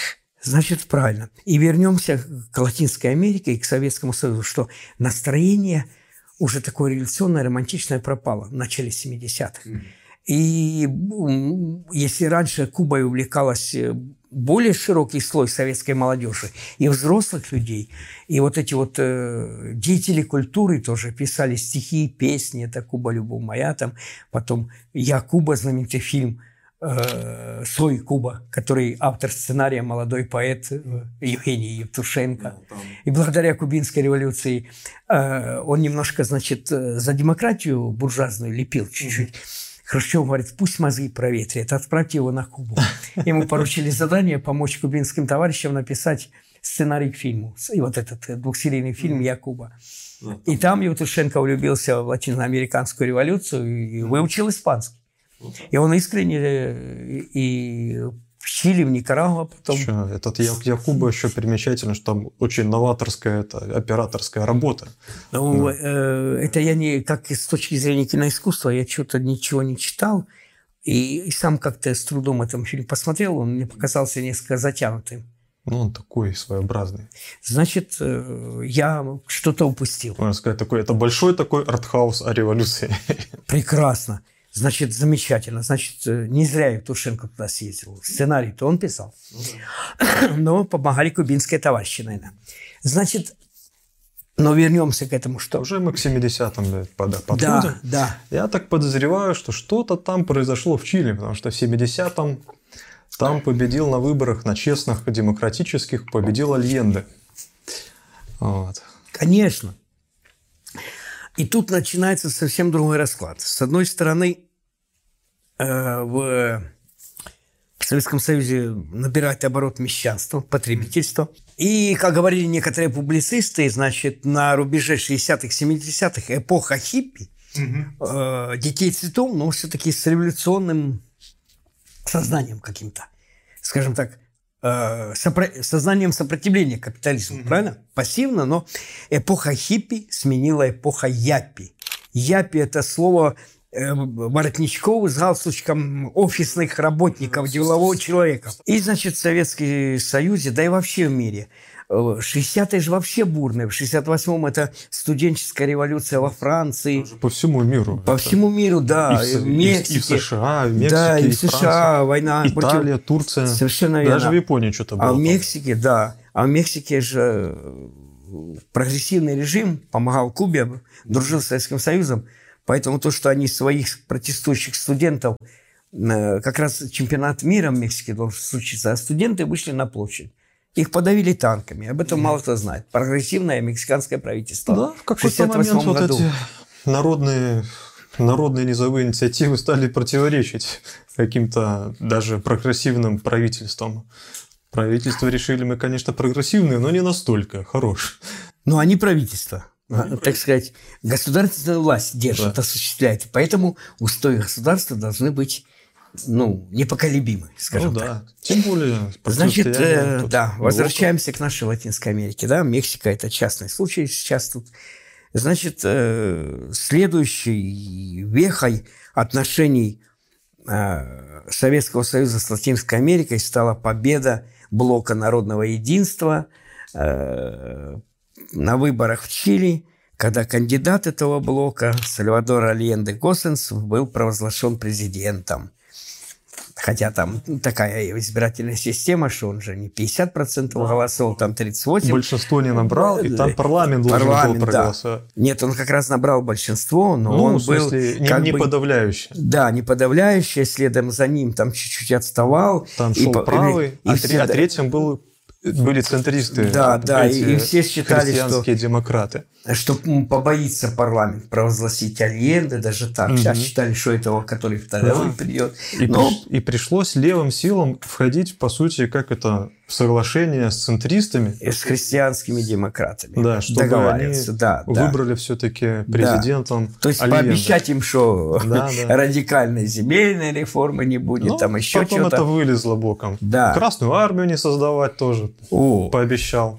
Значит, правильно. И вернемся к Латинской Америке и к Советскому Союзу, что настроение уже такое революционное, романтичное пропало в начале 70-х. И если раньше Кубой увлекалась более широкий слой советской молодежи и взрослых людей, и вот эти вот деятели культуры тоже писали стихи, песни, это «Куба, любовь моя», там, потом «Я, Куба», знаменитый фильм «Сой, Куба», который автор сценария молодой поэт Евгений Евтушенко. И благодаря кубинской революции он немножко, значит, за демократию буржуазную лепил чуть-чуть. Хрущев говорит, пусть мозги проветрят, отправьте его на Кубу. Ему поручили задание помочь кубинским товарищам написать сценарий к фильму. И вот этот двухсерийный фильм «Я, Куба». И там Евтушенко влюбился в латиноамериканскую революцию и выучил испанский. И он искренне и в Чили, в Никарагуа потом. Этот «Я, Куба» еще примечательно, что там очень новаторская операторская работа. Ну, это я не как с точки зрения киноискусства, я что-то ничего не читал. И сам как-то с трудом этот фильм посмотрел, он мне показался несколько затянутым. Ну, он такой своеобразный. Значит, я что-то упустил. Можно сказать, это большой такой артхаус о революции. Прекрасно. Значит, замечательно. Значит, не зря Евтушенко туда съездил. Сценарий-то он писал. Но помогали кубинские товарищи, наверное. Значит, но вернемся к этому, что... Уже мы к 70-м подходим. Да, да. Я так подозреваю, что что-то там произошло в Чили, потому что в 70-м там победил на выборах, на честных, демократических, победил Альенде. Вот. Конечно. И тут начинается совсем другой расклад. С одной стороны, в Советском Союзе набирает оборот мещанство, потребительство. И, как говорили некоторые публицисты, значит, на рубеже 60-х, 70-х эпоха хиппи, детей цветов, но все-таки с революционным сознанием каким-то. Скажем так, сознанием сопротивления капитализму, правильно? Пассивно, но эпоха хиппи сменила эпоха яппи. Яппи – это слово воротничков с галстучком офисных работников, делового человека. И, значит, в Советском Союзе, да и вообще в мире, 60-е же вообще бурные. В 68-м это студенческая революция во Франции. По всему миру. По всему миру, да. И в Мексике. И в США, и в Мексике, да, и в США, Франция, война. Италия, Турция. Совершенно верно. Даже в Японии что-то было. А в Мексике, да. А в Мексике же прогрессивный режим помогал Кубе, дружил с Советским Союзом. Поэтому то, что они своих протестующих студентов, как раз чемпионат мира в Мексике должен случиться, а студенты вышли на площадь. Их подавили танками. Об этом мало кто знает. Прогрессивное мексиканское правительство. Да, в какой-то момент вот эти народные низовые инициативы стали противоречить каким-то даже прогрессивным правительствам. Правительства решили, мы, конечно, прогрессивные, но не настолько хорош. Но они правительство. Так сказать, государственную власть держит, осуществляет. Поэтому устои государства должны быть непоколебимы, скажем так. Тем более... Значит, да, возвращаемся к нашей Латинской Америке. Да? Мексика – это частный случай сейчас тут. Значит, следующей вехой отношений Советского Союза с Латинской Америкой стала победа Блока народного единства на выборах в Чили, когда кандидат этого блока Сальвадор Альенде Госсенс был провозглашен президентом. Хотя там такая избирательная система, что он же не 50% голосов, там 38%. Большинство не набрал, и там парламент должен был проголосовать. Да. Нет, он как раз набрал большинство, но он был... не подавляющий. Да, не подавляющий, следом за ним там чуть-чуть отставал. Там шел правый, а третьим были центристы, и все считали, христианские демократы. Что побоится парламент провозгласить Альенде, даже так. Сейчас считали, что этого, который второй придет. И пришлось левым силам входить, по сути, как это, в соглашение с центристами. И с христианскими демократами. Да, чтобы они выбрали все-таки президентом То есть Альенде. Пообещать им, что радикальной земельной реформы не будет, там еще потом что-то. Это вылезло боком. Да. Красную армию не создавать тоже пообещал.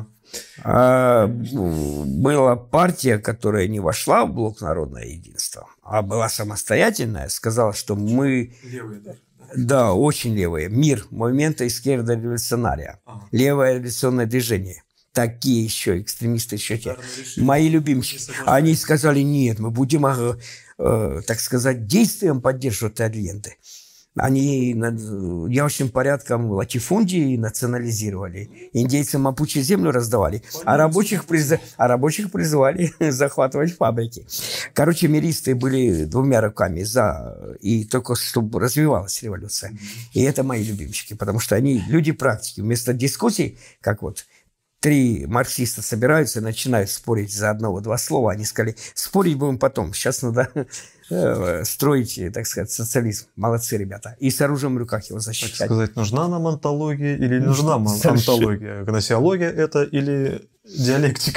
Была партия, которая не вошла в Блок народного единства, а была самостоятельная, сказала, что мы... Да, очень левые. МИР, Movimiento Izquierda Revolucionaria. Левое революционное движение. Такие еще экстремисты, еще те. Мои любимчики. Они сказали, нет, мы будем, так сказать, действием поддерживать Альенде. Они явочным порядком латифундии национализировали, индейцам Мапуче землю раздавали, а рабочих призывали захватывать фабрики. Короче, миристы были двумя руками за, и только чтобы развивалась революция. И это мои любимчики, потому что они люди практики. Вместо дискуссий, как вот три марксиста собираются и начинают спорить за одного-два слова. Они сказали, спорить будем потом. Сейчас надо строить, так сказать, социализм. Молодцы ребята. И с оружием в руках его защищать. Так сказать, нужна нам онтология или не нужна онтология? Гносеология это или диалектика?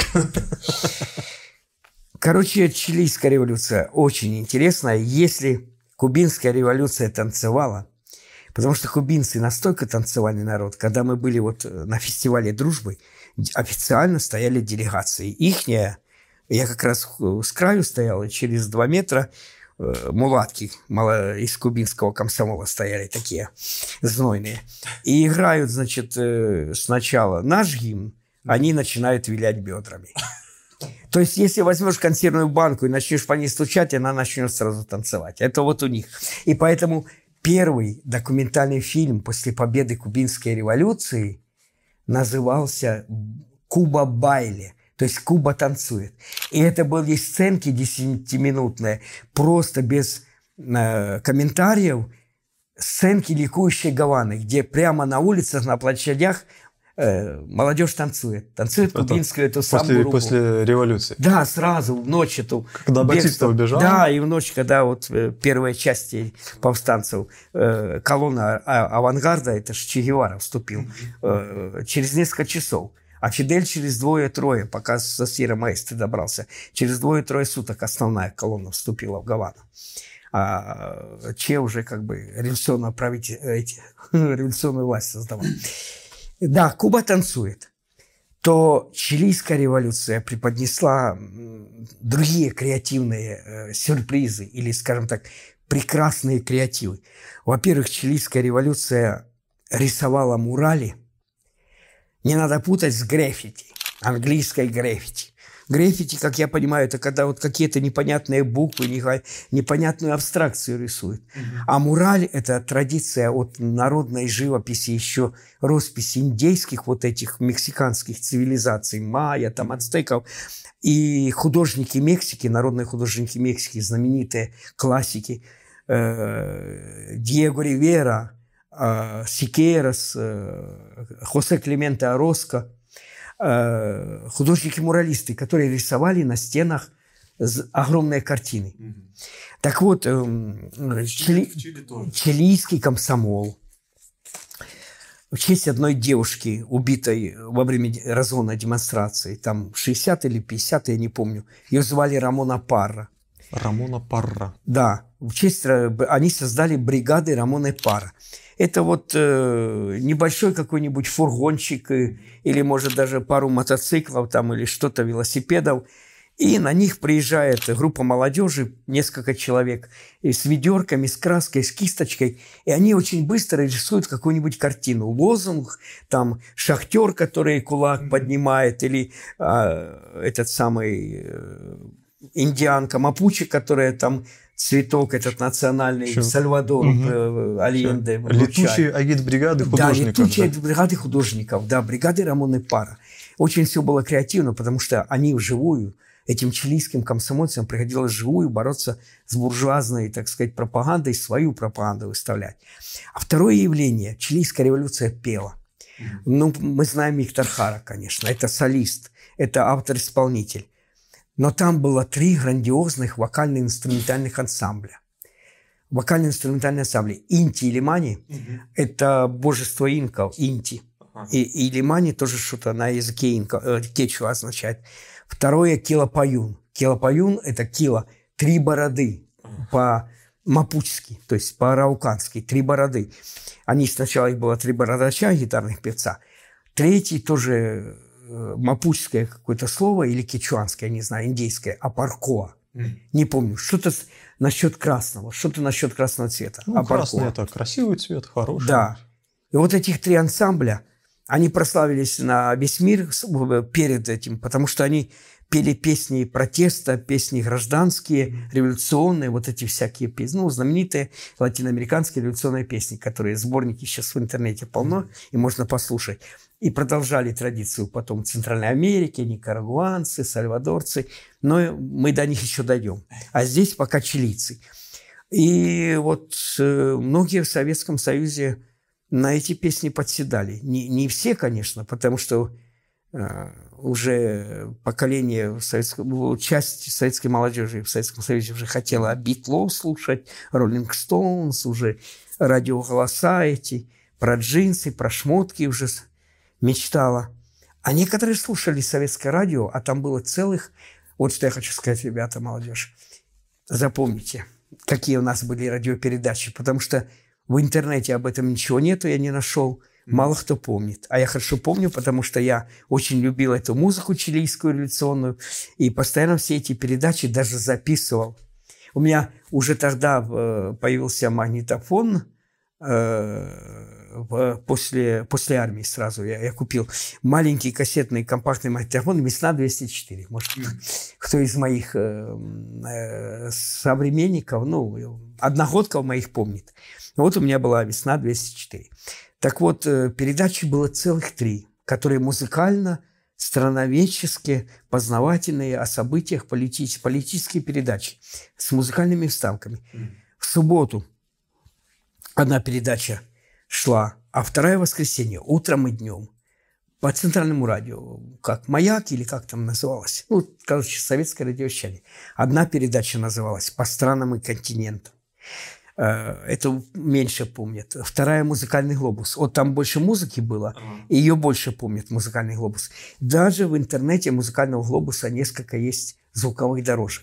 Короче, чилийская революция очень интересная. Если кубинская революция танцевала, потому что кубинцы настолько танцевальный народ, когда мы были вот на фестивале дружбы, официально стояли делегации. Ихняя, я как раз с краю стоял, и через 2 метра мулатки из кубинского комсомола стояли такие знойные. И играют, значит, сначала наш гимн, они начинают вилять бедрами. То есть, если возьмешь консервную банку и начнешь по ней стучать, она начнет сразу танцевать. Это вот у них. И поэтому первый документальный фильм после победы кубинской революции назывался «Куба Байле», то есть «Куба танцует». И это были сценки 10-минутные, просто без комментариев, сценки ликующей Гаваны, где прямо на улицах, на площадях молодежь танцует. Танцует кубинскую эту самбу. После революции? Да, сразу, в ночь эту. Когда Батиста убежал? Да, и в ночь, когда вот первая часть повстанцев, колонна авангарда, это же Че Гевара вступил, через несколько часов. А Фидель через 2-3, пока со Сьерра Маэстро добрался, через 2-3 суток основная колонна вступила в Гавану. А Че уже как бы революционную власть создавал. Да, Куба танцует. То чилийская революция преподнесла другие креативные сюрпризы или, скажем так, прекрасные креативы. Во-первых, чилийская революция рисовала мурали. Не надо путать с граффити, английской граффити. Граффити, как я понимаю, это когда вот какие-то непонятные буквы, непонятную абстракцию рисуют. А мураль – это традиция от народной живописи, еще росписи индейских вот этих мексиканских цивилизаций, майя, там, ацтеков. И художники Мексики, народные художники Мексики, знаменитые классики, Диего Ривера, Сикейрос, Хосе Клименте Ороско, художники-муралисты, которые рисовали на стенах огромные картины. Так вот, чилийский комсомол в честь одной девушки, убитой во время разгона демонстрации, там 60 или 50, я не помню, ее звали Рамона Парра. Рамона Парра. Да, в честь они создали бригады Рамоны Парра. Это вот небольшой какой-нибудь фургончик или, может, даже пару мотоциклов там, или что-то, велосипедов. И на них приезжает группа молодежи, несколько человек, и с ведерками, с краской, с кисточкой. И они очень быстро рисуют какую-нибудь картину. Лозунг, там, шахтер, который кулак поднимает, или этот самый индианка Мапуче, которая там... Цветок этот национальный, Сальвадор, Альенде. Летучие агитбригады художников. Да, летучие бригады художников, да, бригады Рамоны Парра. Очень все было креативно, потому что они вживую, этим чилийским комсомольцам приходилось вживую бороться с буржуазной, так сказать, пропагандой, свою пропаганду выставлять. А второе явление, чилийская революция пела. Ну, мы знаем Виктор Хара, конечно, это солист, это автор-исполнитель. Но там было 3 грандиозных вокально-инструментальных ансамбля. Вокально-инструментальные ансамбли. Инти и Лимани – это божество инков, Инти. И Лимани тоже что-то на языке кечуа означает. Второе – Килапаюн. Килапаюн – это кила, 3 бороды по-мапучски, то есть по-араукански, 3 бороды. Они сначала, их было 3 бородача, гитарных певца. Третий тоже... мапучское какое-то слово или кечуанское, не знаю, индейское, апаркоа. Не помню. Что-то насчет красного, что-то насчет красного цвета. Ну, красный – это красивый цвет, хороший. Да. И вот этих 3 ансамбля, они прославились на весь мир перед этим, потому что они пели песни протеста, песни гражданские, революционные, вот эти всякие песни, ну, знаменитые латиноамериканские революционные песни, которые сборники сейчас в интернете полно, и можно послушать. И продолжали традицию потом в Центральной Америке, никарагуанцы, сальвадорцы, но мы до них еще дойдем. А здесь пока чилийцы. И вот многие в Советском Союзе на эти песни подседали. Не все, конечно, потому что уже поколение, часть советской молодежи в Советском Союзе уже хотела Битлов слушать, Роллинг Стоунс, уже радиоголоса эти, про джинсы, про шмотки уже мечтала. А некоторые слушали советское радио, а там было целых... Вот что я хочу сказать, ребята, молодежь. Запомните, какие у нас были радиопередачи, потому что в интернете об этом ничего нету, я не нашел. Мало кто помнит. А я хорошо помню, потому что я очень любил эту музыку чилийскую революционную и постоянно все эти передачи даже записывал. У меня уже тогда появился магнитофон, после армии сразу я купил маленький кассетный компактный магнитофон «Весна 204». Может, кто из моих современников, ну, одногодков моих помнит. Вот у меня была «Весна 204». Так вот, передачи было целых 3, которые музыкально, страноведческие, познавательные, о событиях, политические передачи с музыкальными вставками. В субботу одна передача шла, а вторая в воскресенье, утром и днем, по центральному радио, как «Маяк» или как там называлось. Ну, короче, советское радиовещание. Одна передача называлась «По странам и континентам». Это меньше помнят. Вторая «Музыкальный глобус». Вот там больше музыки было, и ее больше помнят, «Музыкальный глобус». Даже в интернете «Музыкального глобуса» несколько есть звуковых дорожек.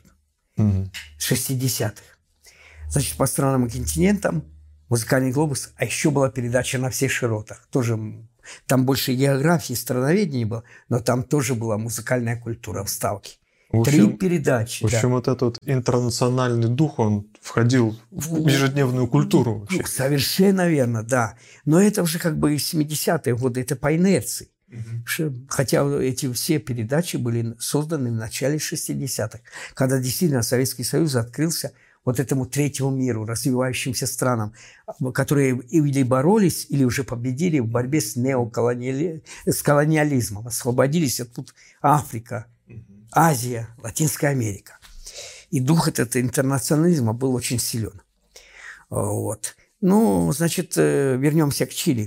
60-х. Значит, «По странам и континентам», «Музыкальный глобус», а еще была передача «На всех широтах». Тоже там больше географии, страноведения было, но там тоже была музыкальная культура, вставки. В общем, 3 передачи. В общем, да. вот этот интернациональный дух, он входил в ежедневную культуру вообще. Совершенно верно, да. Но это уже как бы 70-е годы, это по инерции. Хотя эти все передачи были созданы в начале 60-х, когда действительно Советский Союз открылся вот этому третьему миру, развивающимся странам, которые или боролись, или уже победили в борьбе с колониализмом, освободились. А тут Африка, Азия, Латинская Америка. И дух этого интернационализма был очень силен. Вот. Ну, значит, вернемся к Чили.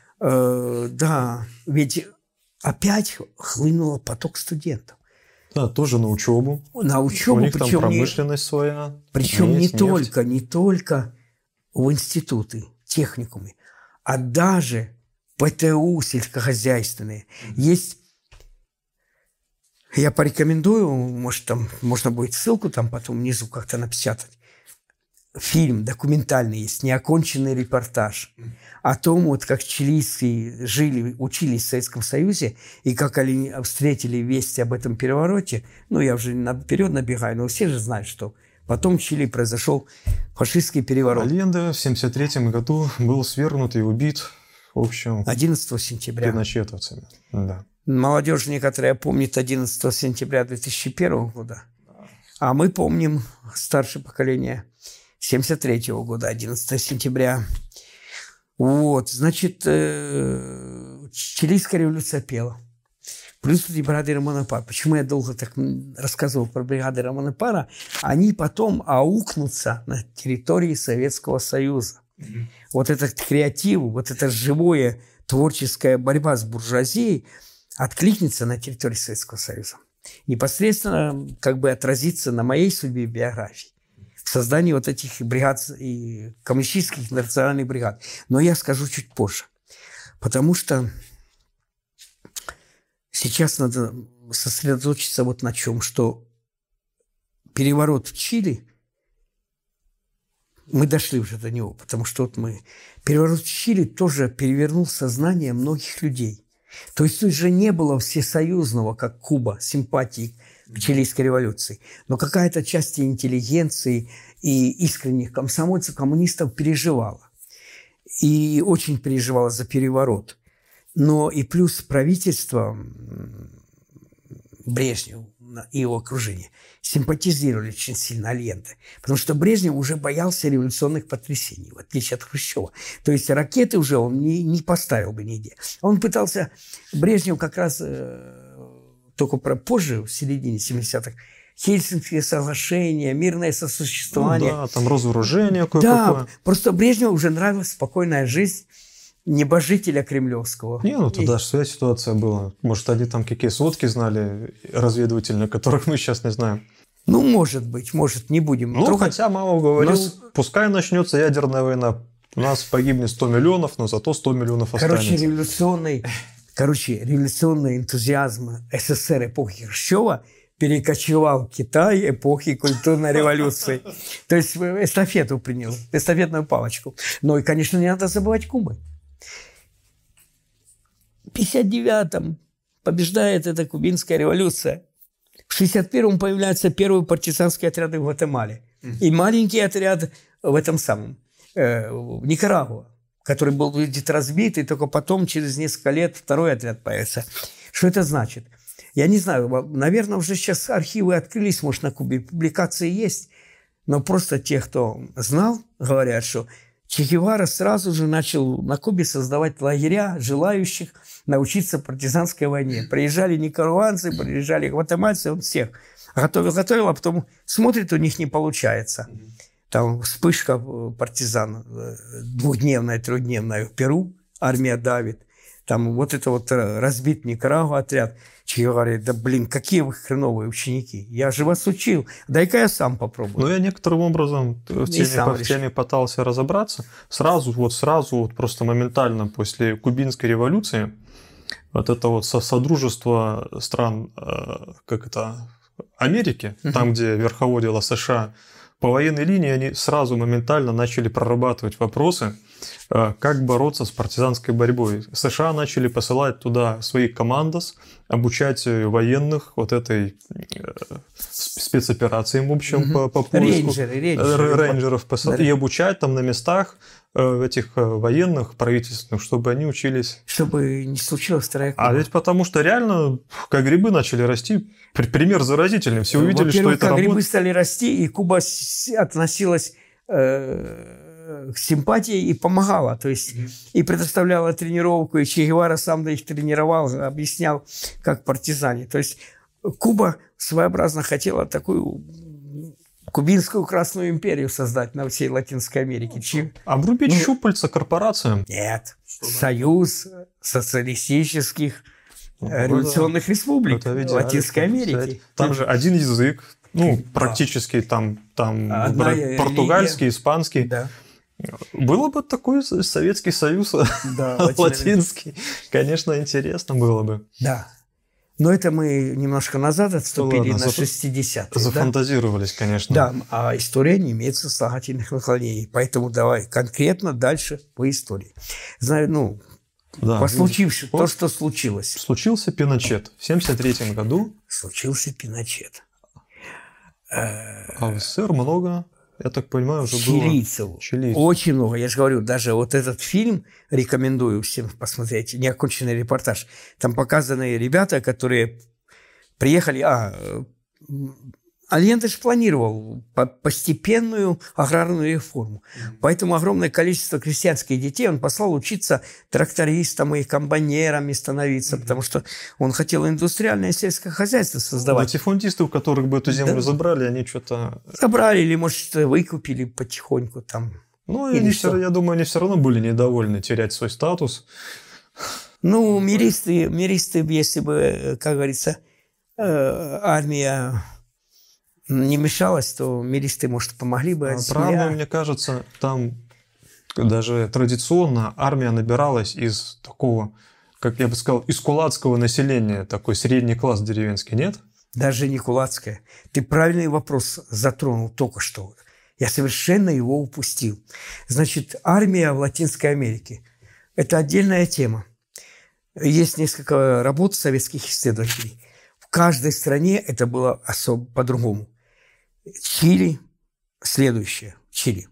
Да, ведь опять хлынул поток студентов. Да, тоже на учебу. На учебу, у них там промышленность своя. Причем не только в институты, техникумы, а даже ПТУ сельскохозяйственные. Есть, я порекомендую, может, там можно будет ссылку там потом внизу как-то напечатать. Фильм документальный есть, неоконченный репортаж о том, вот как чилийцы жили, учились в Советском Союзе, и как они встретили вести об этом перевороте. Ну, я уже наперед набегаю, но все же знают, что потом в Чили произошел фашистский переворот. Альенде в 1973 году был свергнут и убит, в общем, 11 сентября. пиночетовцами. Да. Молодежь некоторая помнит 11 сентября 2001 года, а мы помним, старшее поколение, 1973 года, 11 сентября. Вот, значит, чилийская революция пела. Плюс бригады Рамона Пара. Почему я долго так рассказывал про бригады Рамона Пара? Они потом аукнутся на территории Советского Союза. Вот этот креатив, вот эта живая творческая борьба с буржуазией откликнется на территории Советского Союза. Непосредственно как бы отразится на моей судьбе биографии. В создании вот этих бригад и коммунистических национальных бригад. Но я скажу чуть позже. Потому что сейчас надо сосредоточиться вот на чем, что переворот в Чили, мы дошли уже до него, потому что вот переворот в Чили тоже перевернул сознание многих людей. То есть тут же не было всесоюзного, как Куба, симпатии к чилийской революции. Но какая-то часть интеллигенции и искренних комсомольцев, коммунистов переживала. И очень переживала за переворот. Но и плюс правительство, Брежнев и его окружение симпатизировали очень сильно Альенде. Потому что Брежнев уже боялся революционных потрясений, в отличие от Хрущева. То есть ракеты уже он не поставил бы нигде. Он пытался... Брежнев как раз только позже, в середине 70-х, Хельсинские соглашения, мирное сосуществование. Ну, да, там разоружение кое-какое. Да, просто Брежневу уже нравилась спокойная жизнь небожителя кремлевского. Не, ну тогда же своя ситуация была. Может, они там какие сводки знали разведывательные, которых мы сейчас не знаем. Ну, может быть, не будем. Ну, трогать. хотя мама говорил, пускай начнется ядерная война. У нас погибнет 100 миллионов, но зато 100 миллионов останется. Революционный энтузиазм СССР эпохи Хрущева перекочевал в Китай эпохи культурной революции. То есть эстафету принял, эстафетную палочку. Ну и, конечно, не надо забывать Кубы. В 1959-м побеждает эта кубинская революция. В 1961-м появляются первые партизанские отряды в Гватемале. И маленький отряд в этом самом, в Никарагуа, который будет разбит, и только потом, через несколько лет, второй отряд появится. Что это значит? Я не знаю, наверное, уже сейчас архивы открылись, может, на Кубе публикации есть, но просто те, кто знал, говорят, что Че Гевара сразу же начал на Кубе создавать лагеря желающих научиться партизанской войне. Приезжали никарагуанцы, приезжали гватемальцы, он всех готовил, а потом смотрит, у них не получается. Там вспышка партизан двухдневная, трехдневная в Перу, армия давит. Там вот это вот разбит Никарагуа отряд. Че говорит, да блин, какие вы хреновые ученики. Я же вас учил. Дай-ка я сам попробую. Ну, я некоторым образом в теме пытался разобраться. Сразу просто моментально после Кубинской революции вот это вот содружество стран Америки, там, где верховодила США, по военной линии они сразу моментально начали прорабатывать вопросы, как бороться с партизанской борьбой. США начали посылать туда свои командос, обучать военных вот этой спецоперациям, в общем, по поиску рейнджеров, и обучать там на местах этих военных правительственных, чтобы они учились. Чтобы не случилось вторая Куба. А ведь потому что реально, как грибы начали расти, пример заразительный. Все увидели, что это работает. Грибы стали расти, и Куба относилась к симпатии и помогала. То есть и предоставляла тренировку, и Че Гевара сам их тренировал, объяснял, как партизане. То есть Куба своеобразно хотела такую кубинскую Красную империю создать на всей Латинской Америке. Обрубить щупальца корпорациям? Нет. Союз социалистических революционных республик Латинской Америки. Там же один язык, практически там португальский, испанский. Да. Было бы такой Советский Союз латинский. Конечно, интересно было бы. Да. Но это мы немножко назад отступили на 60-е. Зафантазировались, конечно. Да, а история не имеет сослагательных наклонений. Поэтому давай конкретно дальше по истории. Знаю, по случившемуся, то, что случилось. Случился Пиночет в 1973 году. Случился Пиночет. А в СССР много... Я так понимаю, уже чилийцев. Очень много. Я же говорю, даже вот этот фильм рекомендую всем посмотреть. Неоконченный репортаж. Там показаны ребята, которые приехали... Альенде же планировал постепенную аграрную реформу. Поэтому огромное количество крестьянских детей он послал учиться трактористам и комбайнерами становиться, потому что он хотел индустриальное сельское хозяйство создавать. Латифундисты, у которых бы эту землю забрали, они что-то... Забрали или, может, выкупили потихоньку там. Я думаю, они все равно были недовольны терять свой статус. Миристы, если бы, как говорится, армия... не мешалось, то миристы, может, помогли бы. Правда, мне кажется, там даже традиционно армия набиралась из такого, как я бы сказал, из кулацкого населения, такой средний класс деревенский, нет? Даже не кулацкое. Ты правильный вопрос затронул только что. Я совершенно его упустил. Значит, армия в Латинской Америке – это отдельная тема. Есть несколько работ советских исследователей, В каждой стране это было особо по-другому. Чили, следующее, Чили.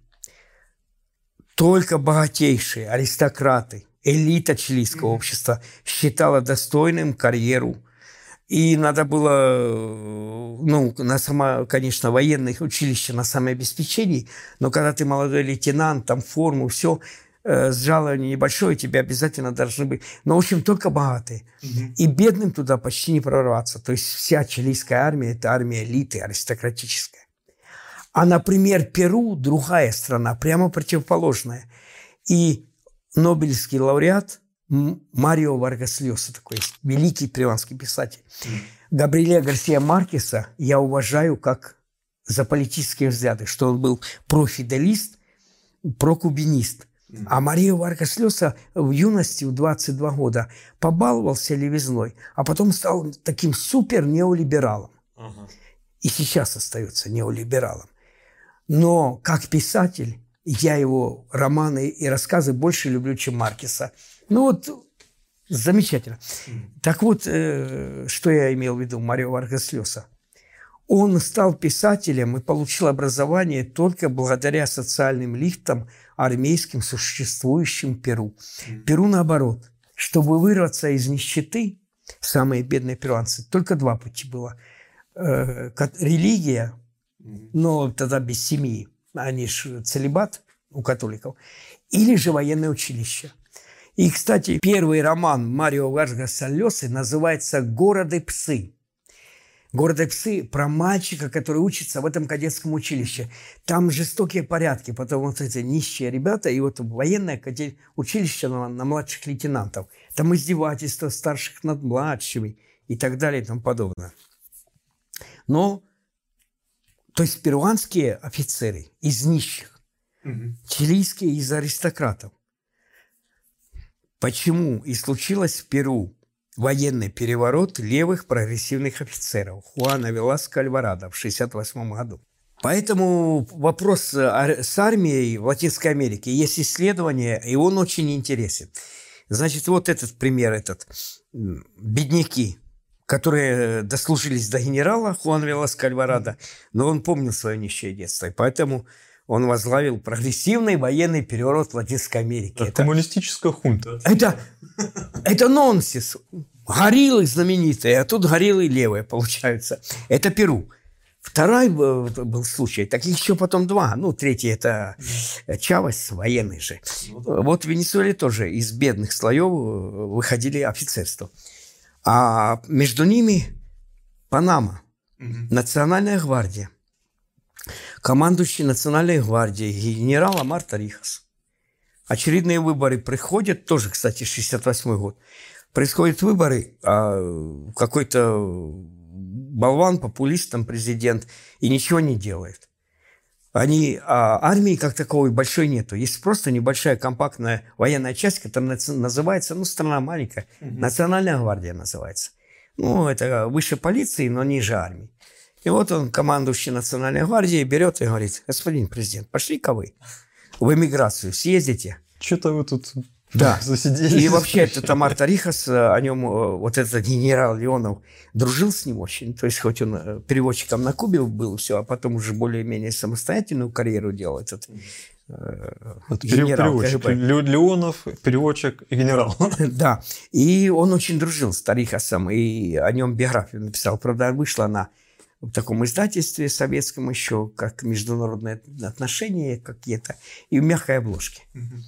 Только богатейшие аристократы, элита чилийского общества считала достойным карьеру. И надо было, конечно, военных училища на самообеспечении, но когда ты молодой лейтенант, там форму, все, с жалованием небольшое, тебе обязательно должны быть. Но, в общем, только богатые. И бедным туда почти не прорваться. То есть вся чилийская армия – это армия элиты, аристократическая. А, например, Перу – другая страна, прямо противоположная. И Нобелевский лауреат Марио Варгас Льоса, такой есть, великий перуанский писатель. Габриэля Гарсия Маркеса я уважаю как за политические взгляды, что он был профиделист, прокубинист. А Марио Варгас Льоса в юности, в 22 года, побаловался левизной, а потом стал таким супер-неолибералом. И сейчас остается неолибералом. Но как писатель я его романы и рассказы больше люблю, чем Маркеса. Замечательно. Так вот, что я имел в виду, Марио Варгас Льоса. Он стал писателем и получил образование только благодаря социальным лифтам, армейским, существующим в Перу. Перу, наоборот, чтобы вырваться из нищеты, самые бедные перуанцы, только два пути было. Религия, но тогда без семьи, они же целибат у католиков, или же военное училище. И, кстати, первый роман Марио Варгаса Льосы называется «Города псы». «Города псы» про мальчика, который учится в этом кадетском училище. Там жестокие порядки, потом вот эти нищие ребята, и вот военное училище на младших лейтенантов. Там издевательства старших над младшими и так далее и тому подобное. Но, то есть перуанские офицеры из нищих, чилийские из аристократов. Почему и случилось в Перу военный переворот левых прогрессивных офицеров Хуана Веласко Альварадо в 1968 году. Поэтому вопрос с армией в Латинской Америке есть исследование, и он очень интересен. Значит, вот этот пример, бедняки, которые дослужились до генерала Хуана Веласко Альварадо, но он помнил свое нищее детство, и поэтому он возглавил прогрессивный военный переворот в Латинской Америке. Это коммунистическая хунта. Это нонсенс. Гориллы знаменитые, а тут гориллы левые получаются. Это Перу. Второй был случай, таких еще потом два. Третий – это Чавес, военный же. Вот в Венесуэле тоже из бедных слоев выходили офицерство. А между ними Панама, Национальная гвардия. Командующий Национальной гвардией генерал Омар Торихас. Очередные выборы приходят, тоже, кстати, 1968 год. Происходят выборы, а какой-то болван, популист, там президент, и ничего не делает. Армии как таковой большой нету. Есть просто небольшая компактная военная часть, которая называется, страна маленькая, Национальная гвардия называется. Это выше полиции, но ниже армии. И вот он, командующий Национальной гвардией, берет и говорит: господин президент, пошли-ка вы в эмиграцию, съездите. Что-то вы тут засиделись. И вообще этот Омар Торихас, о нем вот этот генерал Леонов дружил с ним очень. То есть хоть он переводчиком на Кубе был, все, а потом уже более-менее самостоятельную карьеру делал этот генерал. Леонов, переводчик и генерал. Да, и он очень дружил с Торихасом, и о нем биографию написал. Правда, вышла она в таком издательстве советском еще, как международные отношения какие-то, и в мягкой обложке.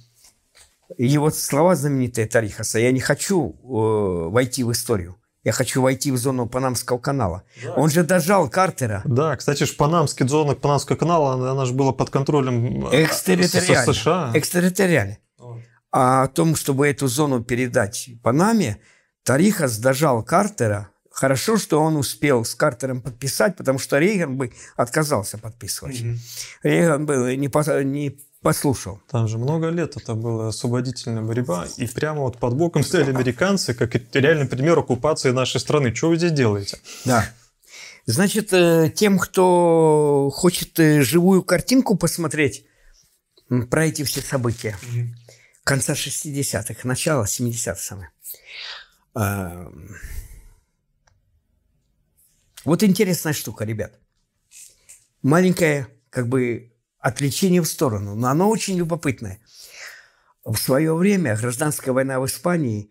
И вот слова знаменитые Торихаса: «Я не хочу войти в историю, я хочу войти в зону Панамского канала». Да. Он же дожал Картера. Да, кстати, зона Панамского канала, она же была под контролем США. Экстерриториально. А о том, чтобы эту зону передать Панаме, Торихас дожал Картера. Хорошо, что он успел с Картером подписать, потому что Рейган бы отказался подписывать. Рейган бы не послушал. Там же много лет это была освободительная борьба, и прямо вот под боком стояли американцы, как реальный пример оккупации нашей страны. Что вы здесь делаете? Да. Значит, тем, кто хочет живую картинку посмотреть про эти все события конца 60-х, начала 70-х самое. Вот интересная штука, ребят. Маленькое, как бы, отвлечение в сторону, но оно очень любопытное. В свое время гражданская война в Испании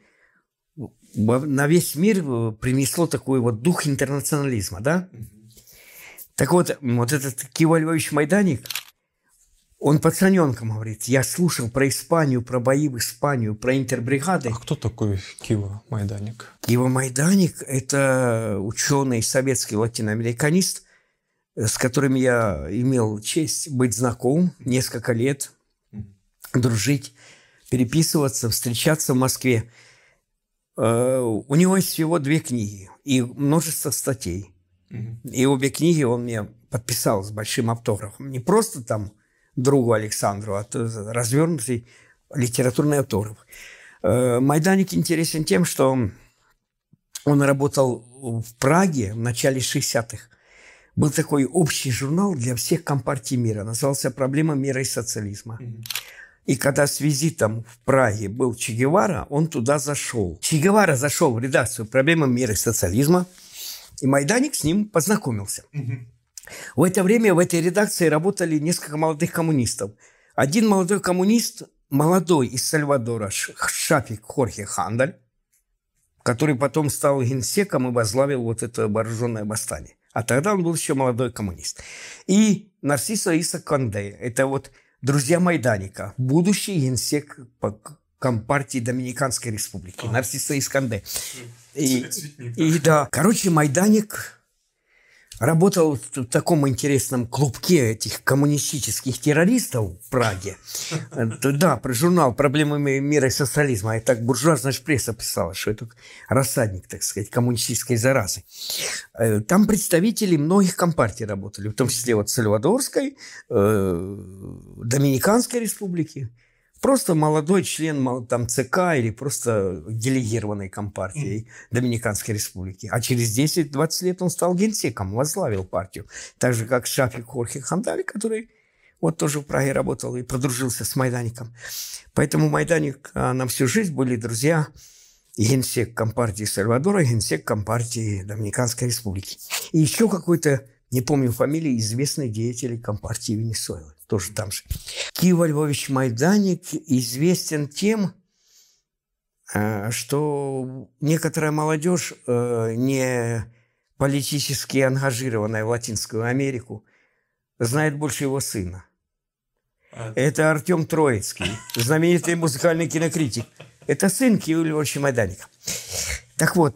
на весь мир принесло такой вот дух интернационализма, да? Так вот этот Киво Львович Майданик, он пацаненком говорит, я слушал про Испанию, про бои в Испанию, про интербригады. А кто такой Киво Майданик? Киво Майданик – это ученый, советский латиноамериканист, с которым я имел честь быть знаком несколько лет, дружить, переписываться, встречаться в Москве. У него есть всего 2 книги и множество статей. И обе книги он мне подписал с большим автографом. Не просто там другу Александру, а развернутый литературный автограф. Майданик интересен тем, что он работал в Праге в начале 60-х. Был такой общий журнал для всех компартий мира. Назывался «Проблема мира и социализма». И когда с визитом в Праге был Че Гевара, он туда зашел. Че Гевара зашел в редакцию «Проблема мира и социализма», и Майданик с ним познакомился. В это время в этой редакции работали несколько молодых коммунистов. Один молодой коммунист, молодой из Сальвадора, Шафик Хорхе Хандаль, который потом стал генсеком и возглавил вот это вооруженное восстание. А тогда он был еще молодой коммунист. И Нарсисо Иса Конде. Это вот друзья Майданика. Будущий генсек Компартии Доминиканской Республики. Нарсисо Иса Конде. И да. Короче, Майданик работал в таком интересном клубке этих коммунистических террористов в Праге. Да, про журнал «Проблемы мира и социализма». И так буржуазная пресса писала, что это рассадник, так сказать, коммунистической заразы. Там представители многих компартий работали, в том числе вот Сальвадорской, Доминиканской республики. Просто молодой член там ЦК или просто делегированной компартией Доминиканской республики. А через 10-20 лет он стал генсеком, возглавил партию. Так же, как Шафик Хорхе Хандаль, который вот тоже в Праге работал и подружился с Майдаником. Поэтому Майданик на всю жизнь были друзья. Генсек компартии Сальвадора, генсек компартии Доминиканской республики. И еще какой-то, не помню фамилии, известный деятель компартии Венесуэлы. Тоже там же. Киво Львович Майданик известен тем, что некоторая молодежь, не политически ангажированная в Латинскую Америку, знает больше его сына. Это Артем Троицкий, знаменитый музыкальный кинокритик. Это сын Киво Львовича Майданика. Так вот,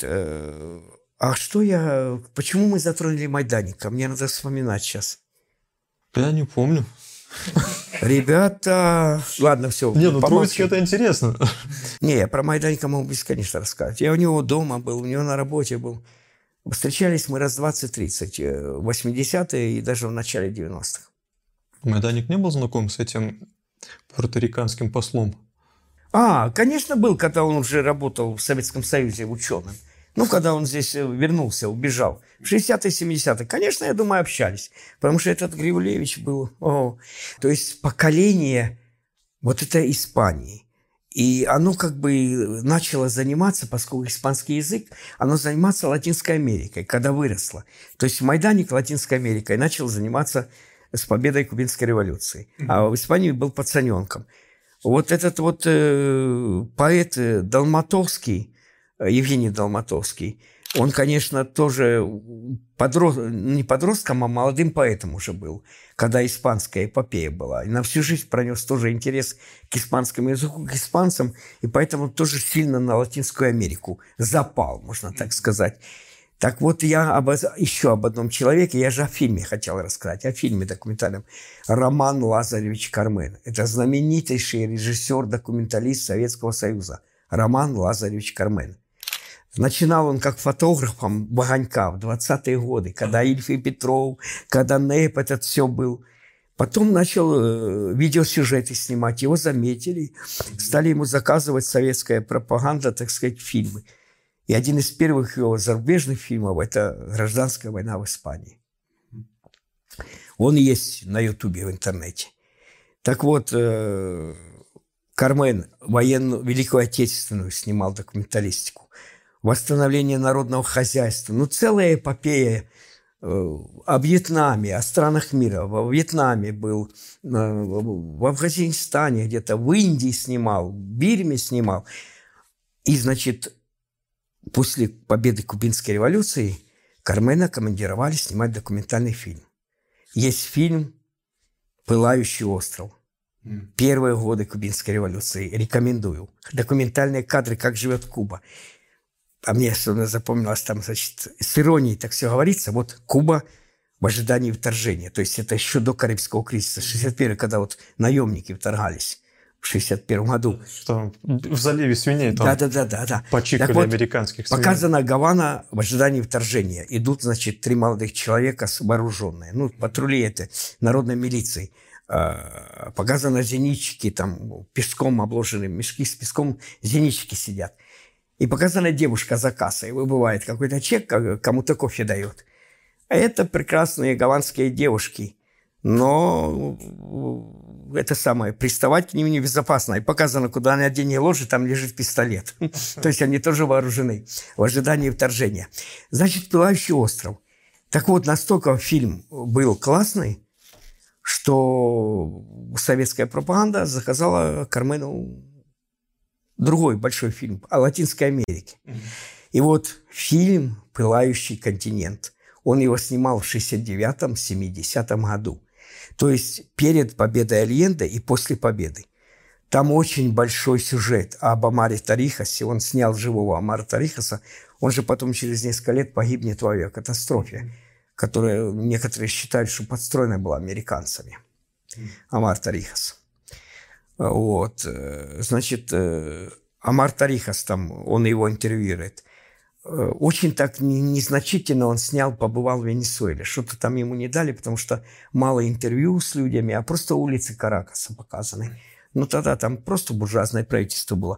почему мы затронули Майданика? Мне надо вспоминать сейчас. Я не помню. Ребята... Ладно, все. Не, Троицкий это интересно. Не, я про Майданика могу бесконечно рассказать. Я у него дома был, у него на работе был. Встречались мы раз 20-30, в 80-е и даже в начале 90-х. Майданик не был знаком с этим пуэрториканским послом? Конечно, был, когда он уже работал в Советском Союзе ученым. Когда он здесь вернулся, убежал. В 60-е, 70-е, конечно, я думаю, общались. Потому что этот Григулевич был... То есть поколение вот этой Испании. И оно как бы начало заниматься, поскольку испанский язык, оно заниматься Латинской Америкой, когда выросло. То есть Майданик Латинской Америкой начал заниматься с победой Кубинской революции. А в Испании был пацаненком. Вот этот вот поэт Долматовский, Евгений Долматовский, он, конечно, тоже не подростком, а молодым поэтом уже был, когда испанская эпопея была. И на всю жизнь пронес тоже интерес к испанскому языку, к испанцам, и поэтому тоже сильно на Латинскую Америку запал, можно так сказать. Так вот, я еще об одном человеке, я же о фильме хотел рассказать, о фильме документальном. Роман Лазаревич Кармен. Это знаменитейший режиссер-документалист Советского Союза. Роман Лазаревич Кармен. Начинал он как фотографом «Огонька» в 20-е годы, когда Ильф и Петров, когда НЭП, этот все был. Потом начал видеосюжеты снимать, его заметили, стали ему заказывать советская пропаганда, так сказать, фильмы. И один из первых его зарубежных фильмов – это «Гражданская война в Испании». Он есть на Ютубе, в интернете. Так вот, Кармен Великую Отечественную снимал документалистику. восстановление народного хозяйства. Ну, целая эпопея о Вьетнаме, о странах мира. Во Вьетнаме был, в Афганистане где-то, в Индии снимал, в Бирме снимал. И, значит, после победы Кубинской революции Кармена командировали снимать документальный фильм. Есть фильм «Пылающий остров». Первые годы Кубинской революции. Рекомендую. Документальные кадры, как живет Куба. А мне особенно запомнилось там, значит, с иронией так все говорится. Вот Куба в ожидании вторжения. То есть это еще до Карибского кризиса. 61-й, когда вот наемники вторгались в 61-м году. Что в заливе свиней там да. почикали вот, американских свиней. Показана Гавана в ожидании вторжения. Идут, значит, 3 молодых человека вооруженные. Ну, патрули это народной милиции. Показано зенитчики, там песком обложены, мешки с песком, зенитчики сидят. И показана девушка за кассой. Выбывает какой-то чек, кому-то кофе дает. А это прекрасные голландские девушки. Но это самое, приставать к ним небезопасно. И показано, куда она деньги ложит, там лежит пистолет. То есть они тоже вооружены в ожидании вторжения. Значит, «Пылающий остров». Так вот, настолько фильм был классный, что советская пропаганда заказала Кармену другой большой фильм о Латинской Америке. И вот фильм «Пылающий континент». Он его снимал в 69-м, 70-м году. То есть перед победой Альенде и после победы. Там очень большой сюжет об Омаре Торихосе. Он снял живого Омара Торихоса. Он же потом через несколько лет погибнет в авиакатастрофе, которая некоторые считают, что подстроена была американцами. Омар Торихос. Вот. Значит, Омар Торихос там, он его интервьюирует. Очень так незначительно он снял, побывал в Венесуэле. Что-то там ему не дали, потому что мало интервью с людьми, а просто улицы Каракаса показаны. Ну, тогда там просто буржуазное правительство было.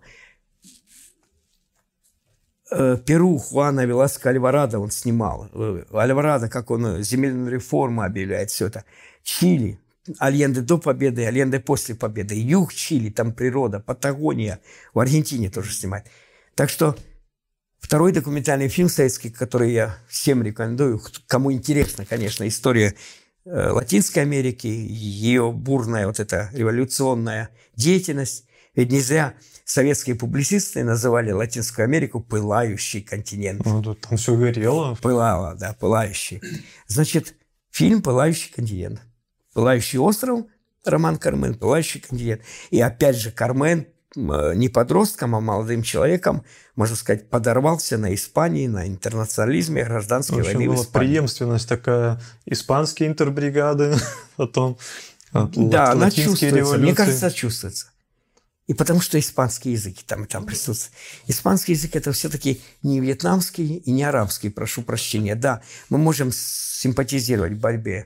Перу Хуана Веласко Альварадо он снимал. Альварадо, как он земельную реформу объявляет, все это. Чили. Альенде до победы, Альенде после победы. Юг Чили, там природа, Патагония. В Аргентине тоже снимает. Так что второй документальный фильм советский, который я всем рекомендую, кому интересна, конечно, история Латинской Америки, ее бурная вот эта революционная деятельность. Ведь не зря советские публицисты называли Латинскую Америку «пылающий континент». Ну, там все горело. Пылало, да, пылающий. Значит, фильм «Пылающий континент». «Пылающий остров», роман Кармен, «Пылающий континент». И опять же, Кармен не подростком, а молодым человеком, можно сказать, подорвался на Испании, на интернационализме гражданской войны в Испании. Преемственность такая, испанские интербригады, потом да, она чувствуется, революции. Мне кажется, чувствуется. И потому что испанские языки там и там присутствуют. Испанский язык – это все-таки не вьетнамский и не арабский, прошу прощения. Да, мы можем симпатизировать борьбе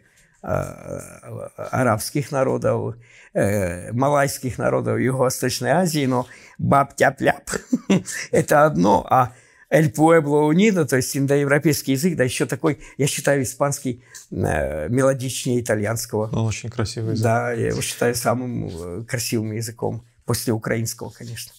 арабских народов, малайских народов Юго-Восточной Азии, но баб-тяп-ляп – это одно, а «эль пуэбло униdo», то есть индоевропейский язык, да еще такой, я считаю, испанский мелодичнее итальянского. Он очень красивый язык. Да, я его считаю самым красивым языком, после украинского, конечно.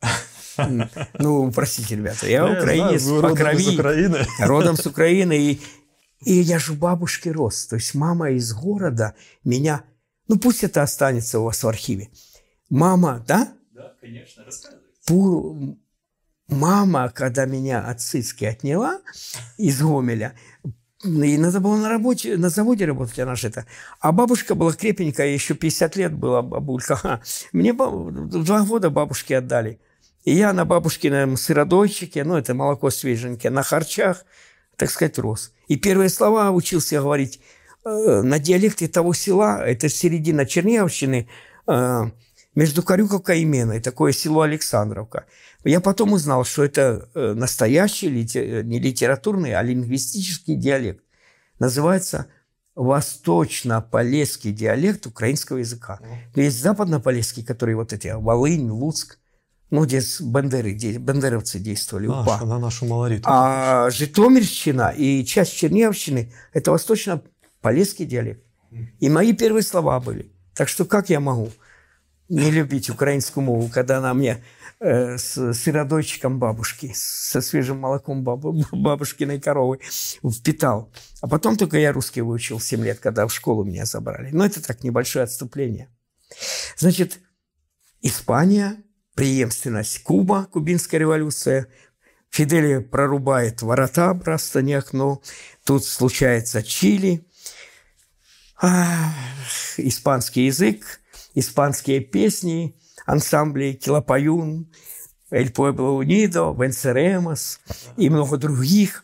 Ну, простите, ребята, я украинец по крови, родом с Украины, и я же у бабушки рос. То есть мама из города меня... Ну, пусть это останется у вас в архиве. Мама, да? Да, конечно, рассказывайте. Мама, когда меня от Цицки отняла из Гомеля, и надо было на заводе работать, она же это. А бабушка была крепенькая, еще 50 лет была бабулька. Мне 2 года бабушки отдали. И я на бабушкином сыродойчике, ну, это молоко свеженькое, на харчах, так сказать, рос. И первые слова учился говорить на диалекте того села, это середина Черниговщины, между Корюковкой и Меной, такое село Александровка. Я потом узнал, что это настоящий, не литературный, а лингвистический диалект. Называется восточно-полесский диалект украинского языка. Есть западно-полесский, который вот эти, Волынь, Луцк, ну, где бандеровцы действовали, УПА. На нашу малориту. А Житомирщина и часть Черниговщины – это восточно-полесский диалект. И мои первые слова были. Так что как я могу? не любить украинскую мову, когда она мне с сыродойчиком бабушки, со свежим молоком бабушкиной коровы впитал. А потом только я русский выучил в 7 лет, когда в школу меня забрали. Но это так, небольшое отступление. Значит, Испания, преемственность Куба, кубинская революция. Фидель прорубает ворота, просто не окно. Тут случается Чили. Испанский язык, испанские песни, ансамбли Килопаюн, Эль Пуэбло Унидо, Венцеремос и много других.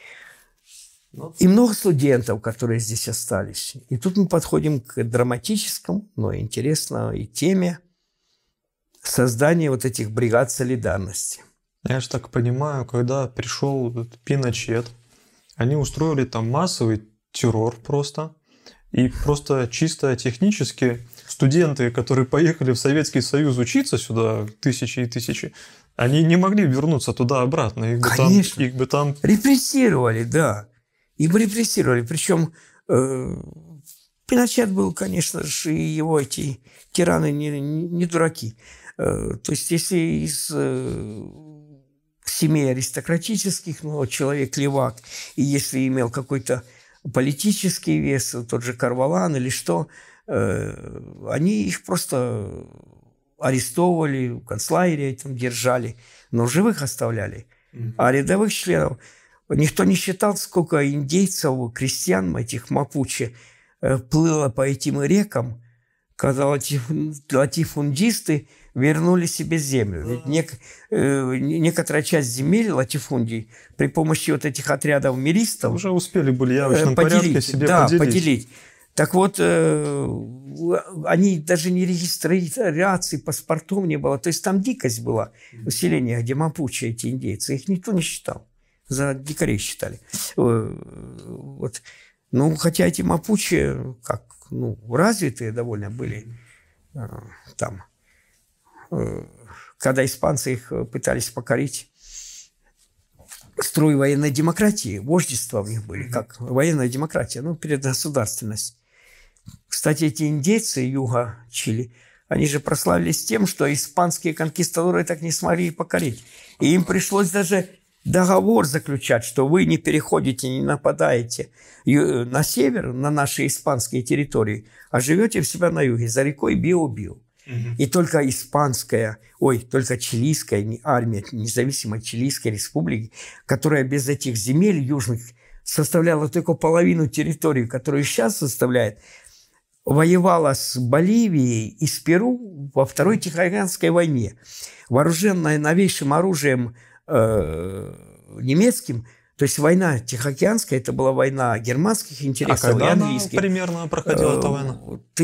И много студентов, которые здесь остались. И тут мы подходим к драматическому, но интересной теме создания вот этих бригад солидарности. Я же так понимаю, когда пришел Пиночет, они устроили там массовый террор просто. И просто чисто технически студенты, которые поехали в Советский Союз учиться сюда, тысячи и тысячи, они не могли вернуться туда-обратно. Конечно. Их бы там... Репрессировали, да. Их бы репрессировали. Причем Пиночет был, конечно же, и его эти тираны не дураки. То есть, если из семей аристократических, ну, человек левак, и если имел какой-то политический вес, тот же Карвалан или что, они их просто арестовывали, в концлагере там держали, но живых оставляли. А рядовых членов никто не считал, сколько индейцев, крестьян, этих мапуче, плыло по этим рекам, когда латифундисты вернули себе землю. Ведь некоторая часть земель латифундий при помощи вот этих отрядов миристов уже успели были в явочном порядке себе поделить. Так вот, они даже не регистрации, паспортов не было. То есть там дикость была в селениях, где мапуче эти индейцы. Их никто не считал. За дикарей считали. Вот. Ну, хотя эти мапуче развитые довольно были там. Когда испанцы их пытались покорить, строй военной демократии, вождества у них были, как военная демократия, перед государственностью. Кстати, эти индейцы юга Чили, они же прославились тем, что испанские конкистадоры так не смогли покорить. И им пришлось даже договор заключать, что вы не переходите, не нападаете на север, на наши испанские территории, а живете у себя на юге, за рекой Био-Био. И только только чилийская армия, независимой Чилийской республики, которая без этих земель южных составляла только половину территории, которую сейчас составляет, воевала с Боливией и с Перу во Второй Тихоокеанской войне, вооруженная новейшим оружием немецким. То есть война Тихоокеанская, это была война германских интересов и английских. Когда примерно проходила эта война?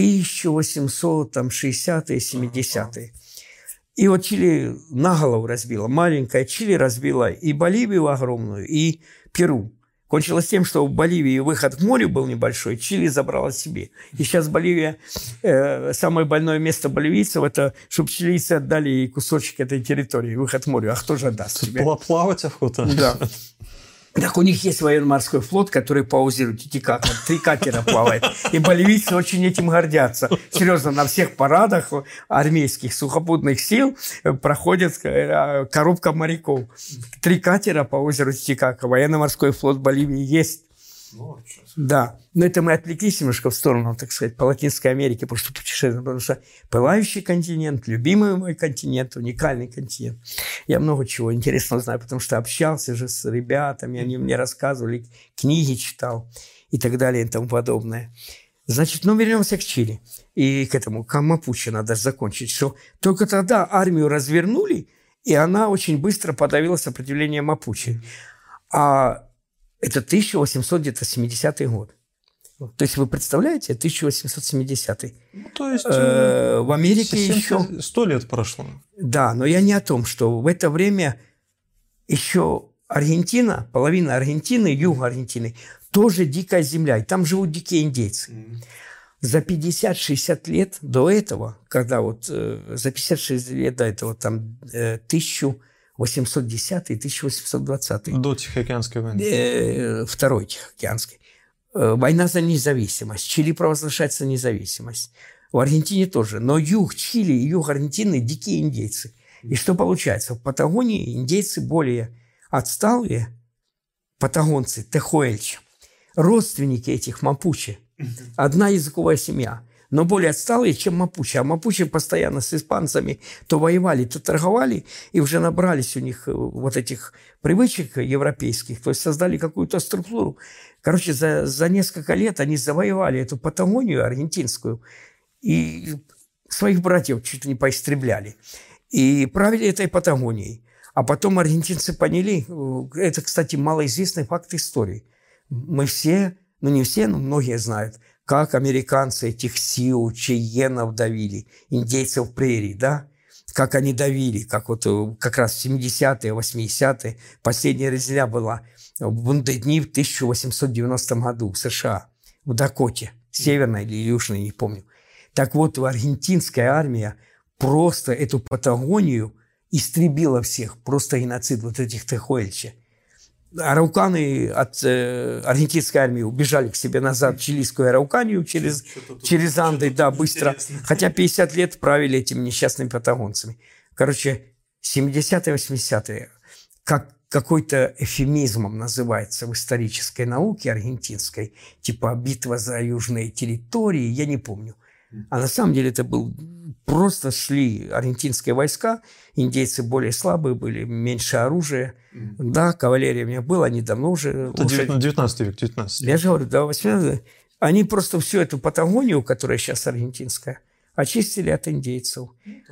1860-е, 70-е. И вот Чили на голову разбила. Маленькая Чили разбила и Боливию огромную, и Перу. Кончилось тем, что в Боливии выход к морю был небольшой, Чили забрала себе. И сейчас Боливия, самое больное место боливийцев, это чтобы чилийцы отдали ей кусочек этой территории, выход к морю. А кто же отдаст тебе? Плавать охота. Да. Так у них есть военно-морской флот, который паузирует Титикака. 3 катера плавает. И боливийцы очень этим гордятся. Серьезно, на всех парадах армейских сухопутных сил проходит коробка моряков. 3 катера по озеру Титикака. Военно-морской флот Боливии есть. Да. Но это мы отвлеклись немножко в сторону, так сказать, по Латинской Америке, потому что пылающий континент, любимый мой континент, уникальный континент. Я много чего интересного знаю, потому что общался же с ребятами, они мне рассказывали, книги читал и так далее и тому подобное. Значит, вернемся к Чили и к этому, к Мапуче надо закончить, что только тогда армию развернули, и она очень быстро подавила сопротивление Мапуче. А это 1870 год. То есть вы представляете, 1870-й. То есть в Америке еще 100 лет прошло. Да, но я не о том, что в это время еще Аргентина, половина Аргентины, юг Аргентины, тоже дикая земля, и там живут дикие индейцы. За 50-60 лет до этого, когда за 56 лет до этого, там 1810-1820. До Тихоокеанской войны. Второй Тихоокеанской. Война за независимость. Чили провозглашается независимость. В Аргентине тоже. Но юг Чили и юг Аргентины – дикие индейцы. И что получается? В Патагонии индейцы более отсталые, патагонцы, техуэльчи, родственники этих мапуче. Одна языковая семья, но более отсталые, чем мапуче. А мапуче постоянно с испанцами то воевали, то торговали, и уже набрались у них вот этих привычек европейских, то есть создали какую-то структуру. Короче, за несколько лет они завоевали эту Патагонию аргентинскую и своих братьев чуть ли не поистребляли. И правили этой Патагонией. А потом аргентинцы поняли, это, кстати, малоизвестный факт истории. Мы все, ну не все, но многие знают, как американцы этих сиу, чайенов давили, индейцев прерий, да? Как они давили, как вот как раз в 70-е, 80-е. Последняя резня была в Бундесдни в 1890 году в США, в Дакоте, северной или южной, не помню. Так вот, аргентинская армия просто эту Патагонию истребила всех, просто геноцид вот этих техуэльче. Арауканы от аргентинской армии убежали к себе назад в чилийскую Арауканию через Анды, да, быстро. Интересно. Хотя 50 лет правили этими несчастными патагонцами. Короче, 70-е, 80-е, как какой-то эвфемизмом называется в исторической науке аргентинской, типа «битва за южные территории», я не помню. А на самом деле это был... Просто шли аргентинские войска, индейцы более слабые были, меньше оружия. Да, кавалерия у меня была, они давно уже... Это 19 век, 19 век. Я же говорю, да, 18. Они просто всю эту Патагонию, которая сейчас аргентинская, очистили от индейцев.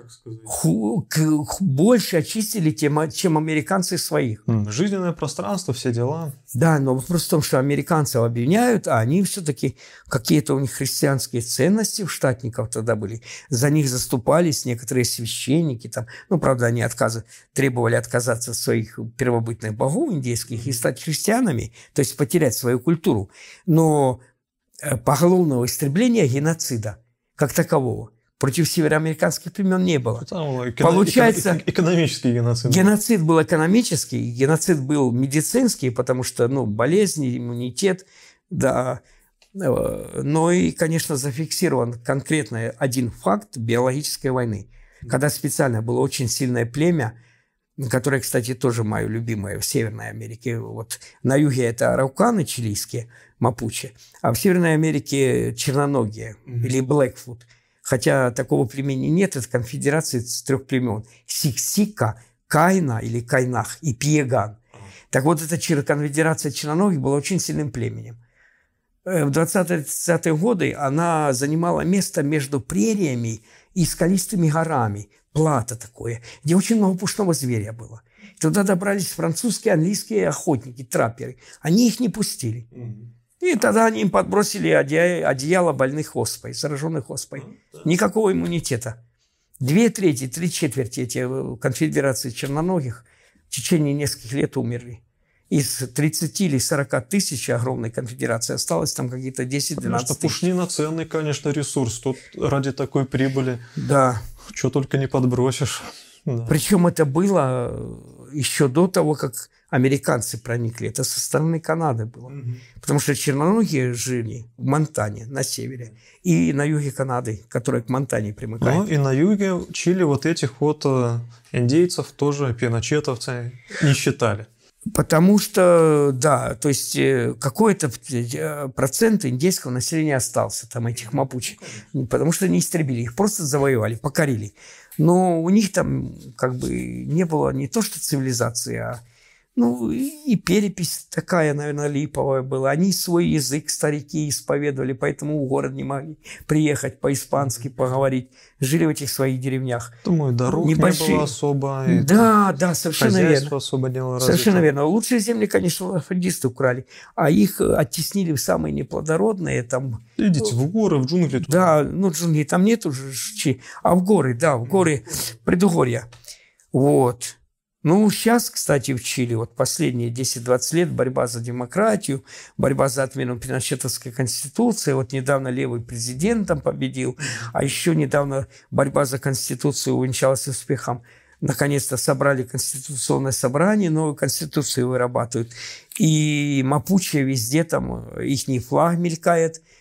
Больше очистили, чем американцы своих. Жизненное пространство, все дела. Да, но вопрос в том, что американцев обвиняют, а они все-таки, какие-то у них христианские ценности у штатников тогда были. За них заступались некоторые священники. Там, ну, правда, они требовали отказаться от своих первобытных богов индейских и стать христианами, то есть потерять свою культуру. Но поголовного истребления, геноцида как такового против североамериканских племен не было. Получается, экономический геноцид. Геноцид был экономический, геноцид был медицинский, потому что, ну, болезни, иммунитет, да. Но и, конечно, зафиксирован конкретно один факт биологической войны, когда специально было очень сильное племя, которое, кстати, тоже мое любимое в Северной Америке. Вот на юге это арауканы чилийские, мапуче, а в Северной Америке черноногие или Блэкфут. Хотя такого племени нет, это конфедерация из 3 племен. Сиксика, Кайна или Кайнах и Пьеган. Так вот, эта конфедерация черноногих была очень сильным племенем. В 20-30-е годы она занимала место между прериями и скалистыми горами. Плато такое, где очень много пушного зверя было. Туда добрались французские, английские охотники, трапперы. Они их не пустили. И тогда они им подбросили одеяло больных оспой, зараженных оспой. Никакого иммунитета. 2/3, 3/4 эти конфедерации черноногих в течение нескольких лет умерли. Из 30 или 40 тысяч огромной конфедерации осталось там какие-то 10-12 тысяч. Потому что пушнина ценный, конечно, ресурс. Тут ради такой прибыли что только не подбросишь. Да. Причем это было еще до того, как американцы проникли. Это со стороны Канады было. Потому что черноногие жили в Монтане, на севере, и на юге Канады, которая к Монтане примыкает. Ну, и на юге Чили вот этих вот индейцев тоже пиночетовцы не считали. Потому что, да, то есть какой-то процент индейского населения остался, там, этих мапуче. Потому что не истребили, их просто завоевали, покорили. Но у них там как бы не было не то что цивилизации, а ну и перепись такая, наверное, липовая была. Они свой язык, старики, исповедовали, поэтому в город не могли приехать по-испански поговорить. Жили в этих своих деревнях. Думаю, дорог небольшие. Не было особо. Да, совершенно верно. Особо не было совершенно верно. Лучшие земли, конечно, лафандисты украли, а их оттеснили в самые неплодородные. Там... Идите в горы, в джунгли. Да, ну джунгли там нет уже, а в горы, да, в горы предгорья. Вот. Ну, сейчас, кстати, в Чили вот последние 10-20 лет борьба за демократию, борьба за отмену пиночетовской конституции. Вот недавно левый президент там победил, а еще недавно борьба за конституцию увенчалась успехом. Наконец-то собрали конституционное собрание, новую конституцию вырабатывают. И мапуче везде там, ихний флаг мелькает.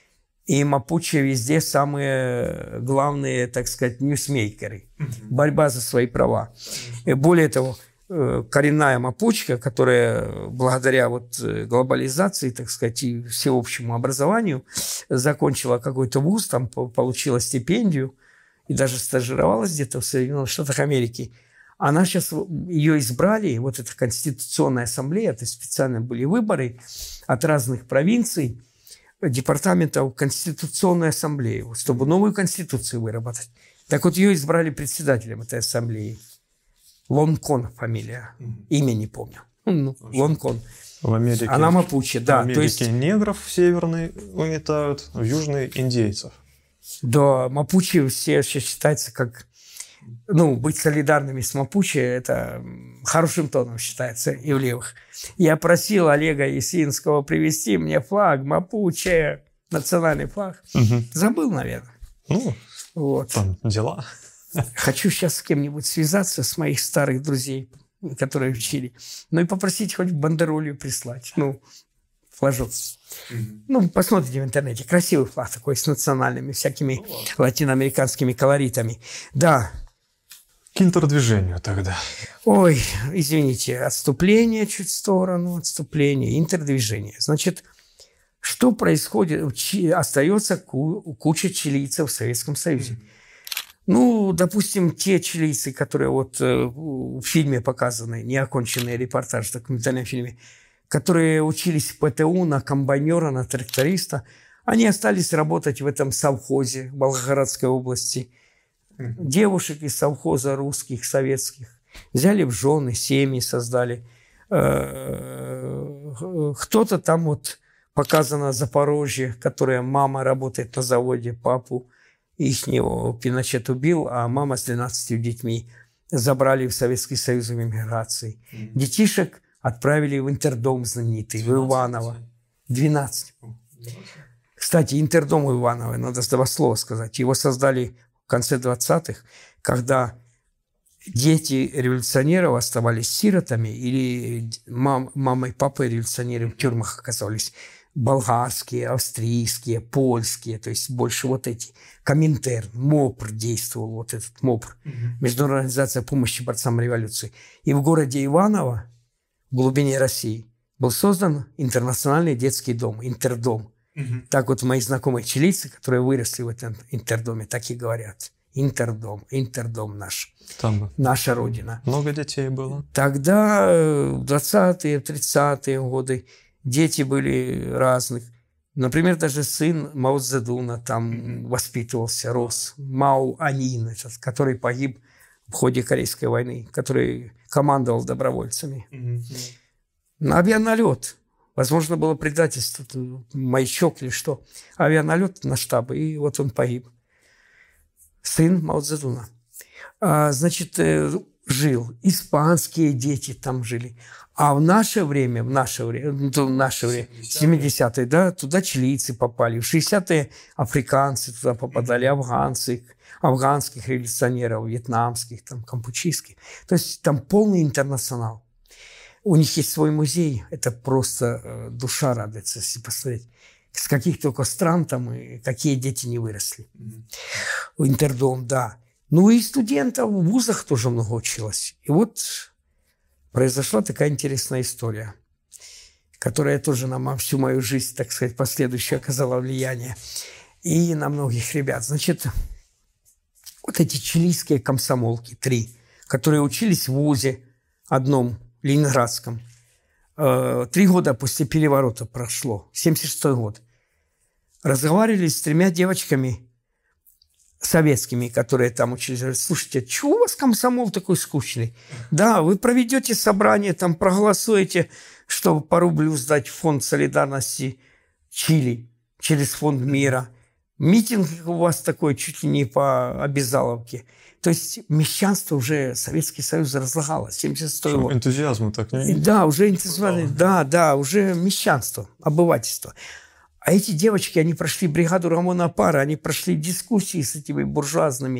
И мапуче везде самые главные, так сказать, ньюсмейкеры. Борьба за свои права. И более того, коренная мапучка, которая благодаря вот глобализации, так сказать, и всеобщему образованию закончила какой-то вуз, там получила стипендию и даже стажировалась где-то в Соединенных Штатах Америки. Она сейчас, ее избрали, вот эта Конституционная ассамблея, то есть специально были выборы от разных провинций, департаментов Конституционной ассамблеи, чтобы новую конституцию выработать. Так вот, ее избрали председателем этой ассамблеи. Лонкон фамилия. Имя не помню. Лонкон. В Америке, она мапуче, да. В Америке то есть, негров в северный угнетают, в южный индейцев. Да, мапуче все считается как... Ну, быть солидарными с мапуче – это хорошим тоном считается и в левых. Я просил Олега Есинского привезти мне флаг мапуче, национальный флаг. Забыл, наверное. Ну, вот. Там дела. Хочу сейчас с кем-нибудь связаться, с моих старых друзей, которые учили. Ну и попросить хоть бандеролью прислать. Ну, флажок. Ну, посмотрите в интернете. Красивый флаг такой с национальными всякими латиноамериканскими колоритами. Да. К интердвижению тогда. Ой, извините, отступление чуть в сторону, отступление, интердвижение. Значит, что происходит? Остается куча чилийцев в Советском Союзе. Ну, допустим, те чилийцы, которые вот в фильме показаны, неоконченный репортаж в документальном фильме, которые учились в ПТУ на комбайнера, на тракториста, они остались работать в этом совхозе в Волгоградской области. Девушек из совхоза русских, советских взяли в жены, семьи создали. Кто-то там вот показано Запорожье, которое мама работает на заводе, папу ихнего Пиночет убил, а мама с 12 детьми забрали в Советский Союз в эмиграции. Детишек отправили в интердом знаменитый, в Иваново. 12. Кстати, интердом в Иваново, надо два слова сказать. Его создали в конце 20-х, когда дети революционеров оставались сиротами или мама и папа революционеры в тюрьмах оказались. Болгарские, австрийские, польские, то есть больше вот эти. Коминтерн, МОПР действовал, вот этот МОПР, Международная организация помощи борцам революции. И в городе Иваново, в глубине России, был создан интернациональный детский дом, интердом. Так вот мои знакомые чилийцы, которые выросли в этом интердоме, так и говорят. Интердом, интердом наш. Там наша родина. Много детей было? Тогда, в 20-е, 30-е годы, дети были разных. Например, даже сын Мао Цзэдуна там воспитывался, рос. Мао Анин, этот, который погиб в ходе Корейской войны, который командовал добровольцами. Авианалет. Возможно, было предательство, маячок или что. Авианалет на штабы, и вот он погиб. Сын Мао Цзэдуна. Значит, жил. Испанские дети там жили. А в наше время, 70-е, да, туда чилийцы попали. В 60-е африканцы туда попадали, афганцы, афганских революционеров, вьетнамских, там, кампучийских. То есть там полный интернационал. У них есть свой музей. Это просто душа радуется, если посмотреть. С каких только стран там и какие дети не выросли. Интердом, да. Ну и студентов в вузах тоже много училось. И вот произошла такая интересная история, которая тоже на всю мою жизнь, так сказать, последующую оказала влияние. И на многих ребят. Значит, вот эти чилийские комсомолки, 3, которые учились в вузе одном, ленинградском. 3 года после переворота прошло, 76-й год. Разговаривали с 3 девочками советскими, которые там учились. Говорят: слушайте, чего у вас комсомол такой скучный? Да, вы проведете собрание, там проголосуете, чтобы по рублю сдать в фонд солидарности Чили через фонд мира. Митинг у вас такой чуть ли не по обязаловке. То есть мещанство уже Советский Союз разлагало, 76-й год. Энтузиазма так не... Да, уже энтузиазм, да, уже мещанство, обывательство. А эти девочки, они прошли бригаду Рамона Апара, они прошли дискуссии с этими буржуазными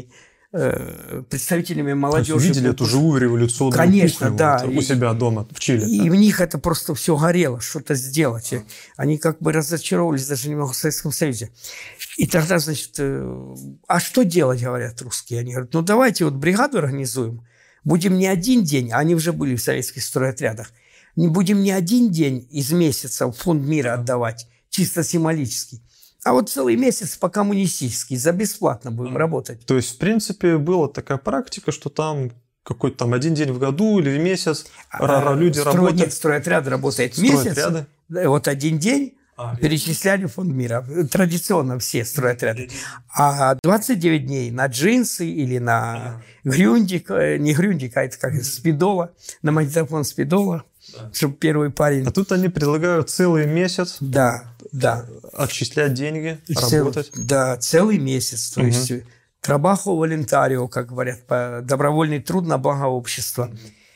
представителями молодежи. Видели эту живую революционную Конечно, кухню да. у себя дома в Чили. И в них это просто все горело, что-то сделать. Они как бы разочаровывались даже немного в Советском Союзе. И тогда, значит, а что делать, говорят русские? Они говорят, ну давайте вот бригаду организуем. Будем не один день, а они уже были в советских стройотрядах, не будем не один день из месяца в фонд мира отдавать, чисто символически, а вот целый месяц по-коммунистически, за бесплатно будем работать. То есть, в принципе, была такая практика, что там какой-то там один день в году или в месяц люди работают. Нет, стройотряд работает месяц, вот один день перечисляли в фонд мира. Традиционно все стройотряды. А 29 дней на джинсы или на грюндик, не грюндик, а это как спидола, на магнитофон спидола, чтобы первый парень... А тут они предлагают целый месяц отчислять деньги, работать. Да, целый месяц. То есть трабахо волонтарио, как говорят, добровольный труд на благо общества.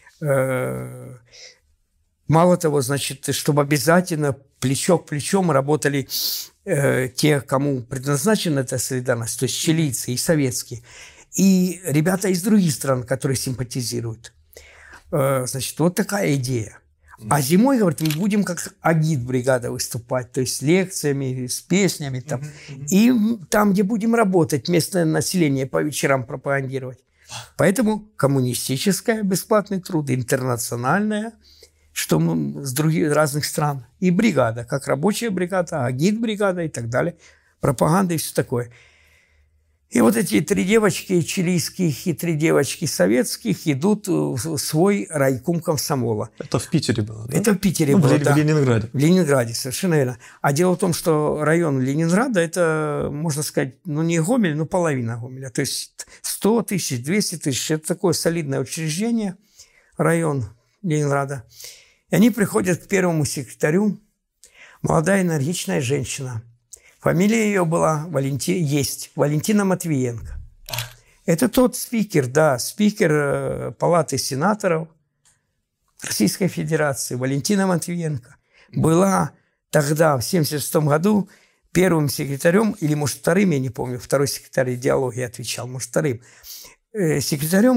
Мало того, значит, чтобы обязательно плечо к плечу работали те, кому предназначена эта солидарность, то есть чилийцы и советские, и ребята из других стран, которые симпатизируют. Значит, вот такая идея. А зимой, говорит, мы будем как агит-бригада выступать, то есть с лекциями, с песнями. Там. И там, где будем работать, местное население по вечерам пропагандировать. Поэтому коммунистическая бесплатный труд, интернациональная, что мы с других разных стран. И бригада, как рабочая бригада, агит-бригада и так далее. Пропаганда и все такое. И вот эти 3 девочки чилийских и 3 девочки советских идут в свой райком комсомола. Это в Питере было, да? Это в Питере было, да. В Ленинграде. В Ленинграде, совершенно верно. А дело в том, что район Ленинграда, это, можно сказать, ну не Гомель, но половина Гомеля. То есть 100 тысяч, 200 тысяч. Это такое солидное учреждение, район Ленинграда. И они приходят к первому секретарю, молодая энергичная женщина. Фамилия ее была Валентина Матвиенко. Это тот спикер, спикер Палаты сенаторов Российской Федерации Валентина Матвиенко. Была тогда, в 1976 году, первым секретарем, или, может, вторым, я не помню, второй секретарь идеологии отвечал, может, вторым, секретарем,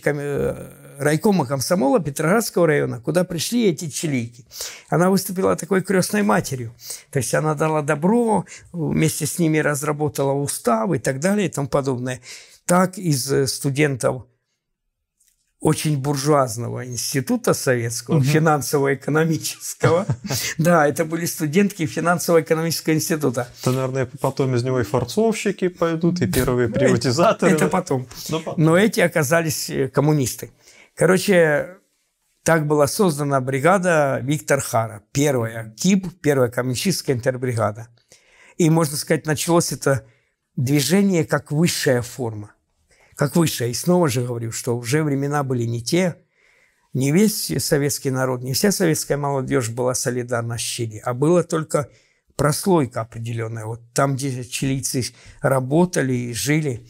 райкома комсомола Петроградского района, куда пришли эти чилийки. Она выступила такой крестной матерью. То есть она дала добро, вместе с ними разработала устав и так далее и тому подобное. Так из студентов очень буржуазного института советского, финансово-экономического. Да, это были студентки финансово-экономического института. То, наверное, потом из него и форцовщики пойдут, и первые приватизаторы. Это потом. Но эти оказались коммунисты. Короче, так была создана бригада Виктор Хара. Первая КИБ, первая коммунистическая интербригада. И, можно сказать, началось это движение как высшая форма. Как высшая. И снова же говорю, что уже времена были не те, не весь советский народ, не вся советская молодежь была солидарна с Чили, а была только прослойка определенная. Вот там, где чилийцы работали и жили,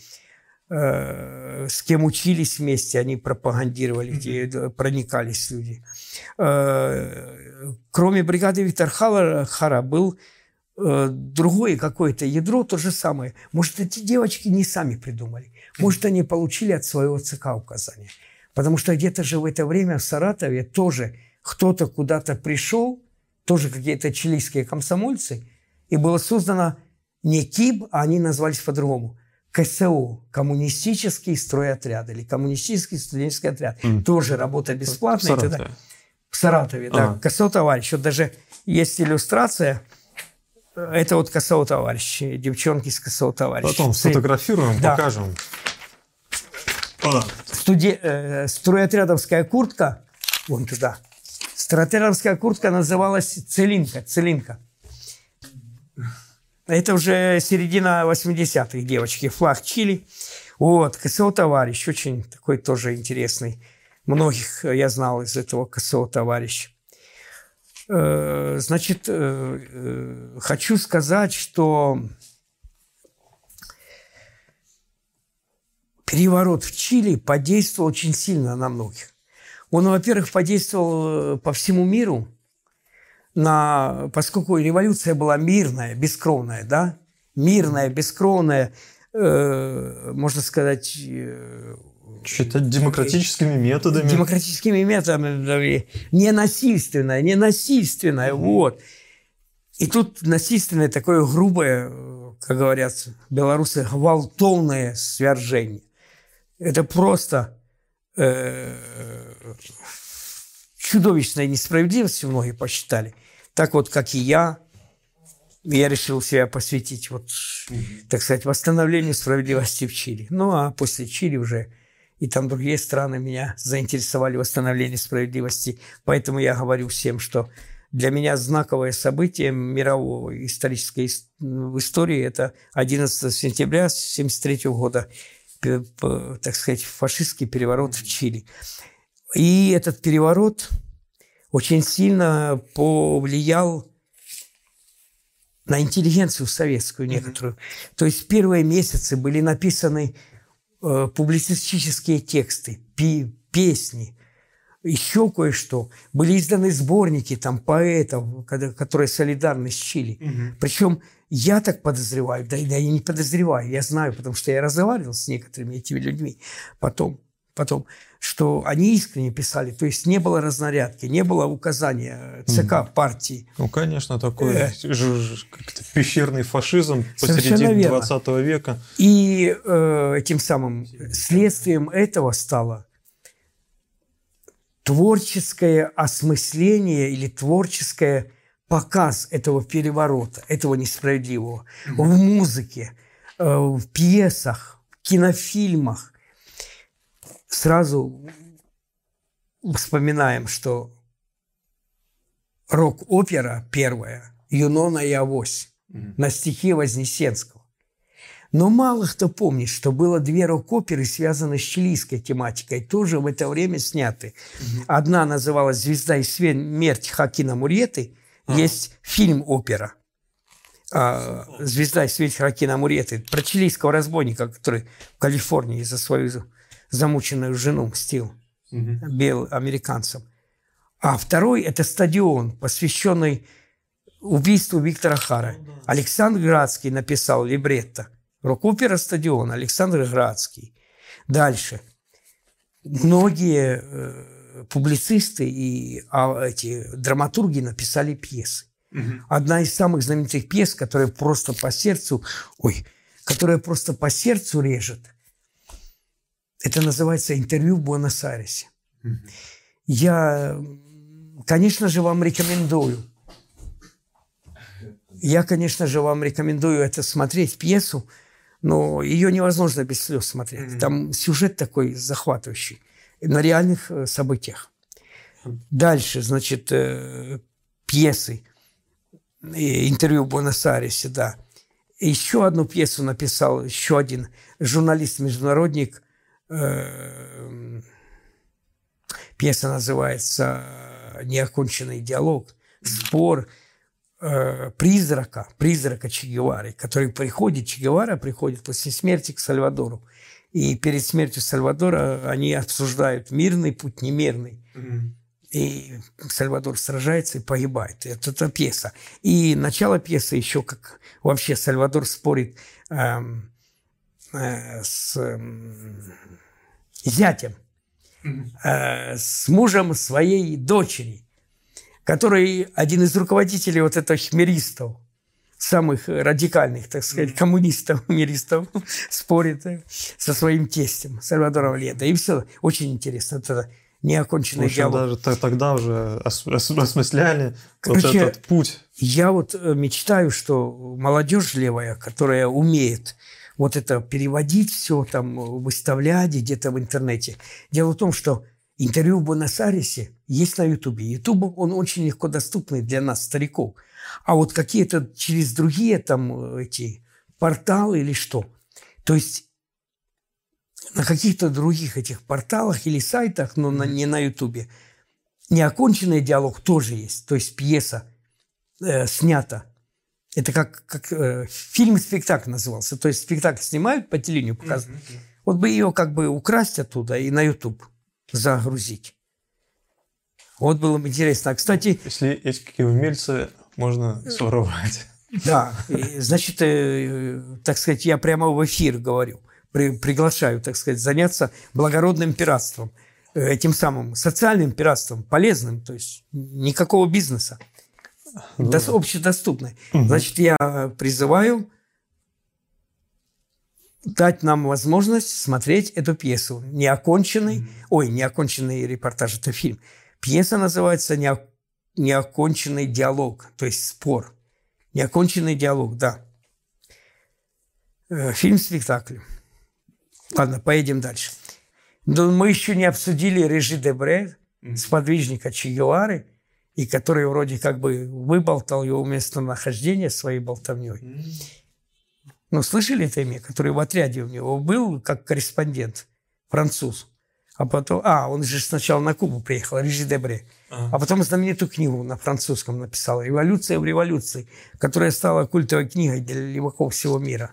с кем учились вместе, они пропагандировали, где проникались люди. Кроме бригады Виктора Хара был другое какое-то ядро, то же самое. Может, эти девочки не сами придумали. Может, они получили от своего ЦК указания. Потому что где-то же в это время в Саратове тоже кто-то куда-то пришел, тоже какие-то чилийские комсомольцы, и было создано не КИБ, а они назвались по-другому. КСО, коммунистический стройотряд, или коммунистический студенческий отряд. Тоже работа бесплатная. В Саратове, да. КСО товарищ. Вот даже есть иллюстрация. Это вот КСО товарищ, девчонки с КСО товарищ. Потом сфотографируем, покажем. Стройотрядовская куртка, вон туда. Стройотрядовская куртка называлась Целинка. Это уже середина 80-х, девочки. Флаг Чили. Вот, КСО товарищ, очень такой тоже интересный. Многих я знал из этого КСО товарища. Значит, хочу сказать, что переворот в Чили подействовал очень сильно на многих. Он, во-первых, подействовал по всему миру, поскольку революция была мирная, бескровная, да? Мирная, бескровная. можно сказать... Считать демократическими методами. Демократическими методами. Ненасильственное. Вот. И тут насильственное такое грубое, как говорят белорусы, гвалтовное свержение. Это просто чудовищная несправедливость, многие посчитали. Так вот, как и я решил себя посвятить, вот, так сказать, восстановлению справедливости в Чили. Ну, а после Чили уже и там другие страны меня заинтересовали в восстановлении справедливости. Поэтому я говорю всем, что для меня знаковое событие мировой исторической истории – это 11 сентября 1973 года, так сказать, фашистский переворот в Чили. И этот переворот очень сильно повлиял на интеллигенцию советскую некоторую. То есть первые месяцы были написаны публицистические тексты, песни, еще кое-что. Были изданы сборники там, поэтов, которые солидарны с Чили. Причем я так подозреваю, да я не подозреваю, я знаю, потому что я разговаривал с некоторыми этими людьми потом, что они искренне писали, то есть не было разнарядки, не было указания ЦК партии. Ну, конечно, такой как-то пещерный фашизм посередине 20 века. И этим самым следствием этого стало творческое осмысление или творческое показ этого переворота, этого несправедливого в музыке, в пьесах, в кинофильмах. Сразу вспоминаем, что рок-опера первая «Юнона и Авось» на стихи Вознесенского. Но мало кто помнит, что было две рок-оперы, связанные с чилийской тематикой, тоже в это время сняты. Одна называлась «Звезда и смерть» Хоакина Мурьеты. Есть фильм-опера «Звезда и смерть» Хоакина Мурьеты про чилийского разбойника, который в Калифорнии за свою замученную жену мстил белым американцам. А второй – это «Стадион», посвященный убийству Виктора Хара. Александр Градский написал либретто. Рок-опера «Стадион», Александр Градский. Дальше. Многие публицисты и эти драматурги написали пьесы. Одна из самых знаменитых пьес, которая просто по сердцу режет, это называется «Интервью в Буэнос-Айресе». Я, конечно же, вам рекомендую. Это смотреть, пьесу, но ее невозможно без слез смотреть. Там сюжет такой захватывающий на реальных событиях. Дальше, значит, пьесы. «Интервью в Буэнос-Айресе», да. Еще одну пьесу написал еще один журналист-международник. Пьеса называется «Неоконченный диалог», спор призрака Че Гевары, который Че Гевара приходит после смерти к Сальвадору. И перед смертью Сальвадора они обсуждают мирный путь, немирный. И Сальвадор сражается и погибает. Это пьеса. И начало пьесы еще как вообще Сальвадор спорит с зятем, с мужем своей дочери, который один из руководителей вот этих хмеристов, самых радикальных, так сказать, коммунистов-хмеристов, спорит со своим тестем Сальвадором Ледо. И все очень интересно. Это неоконченный диалог. Даже тогда уже осмысляли этот путь. Я вот мечтаю, что молодежь левая, которая умеет вот это переводить все, там, выставлять где-то в интернете. Дело в том, что интервью в Буэнос-Айресе есть на Ютубе. Ютуб, он очень легко доступный для нас, стариков. А вот какие-то через другие там эти порталы или что. То есть на каких-то других этих порталах или сайтах, но не на Ютубе, неоконченный диалог тоже есть. То есть пьеса снята. Это как фильм-спектакль назывался. То есть спектакль снимают, по телевидению показывают. Вот бы ее как бы украсть оттуда и на Ютуб загрузить. Вот было бы интересно. А, кстати... Если есть какие умельцы, можно своровать. Да, значит, так сказать, я прямо в эфир говорю, приглашаю, так сказать, заняться благородным пиратством, этим самым социальным пиратством, полезным, то есть никакого бизнеса, общедоступное. Значит, я призываю дать нам возможность смотреть эту пьесу. Неоконченный репортаж, это фильм. Пьеса называется «Неоконченный диалог», то есть спор. Неоконченный диалог, да. Фильм-спектакль. Ладно, поедем дальше. Но мы еще не обсудили Режи Дебре, сподвижника Че Гевары, и который вроде как бы выболтал его местонахождение своей болтовней. Ну, слышали это имя? Который в отряде у него был как корреспондент, француз. А потом... он же сначала на Кубу приехал, Режи Дебре. А потом знаменитую книгу на французском написал «Революция в революции», которая стала культовой книгой для леваков всего мира.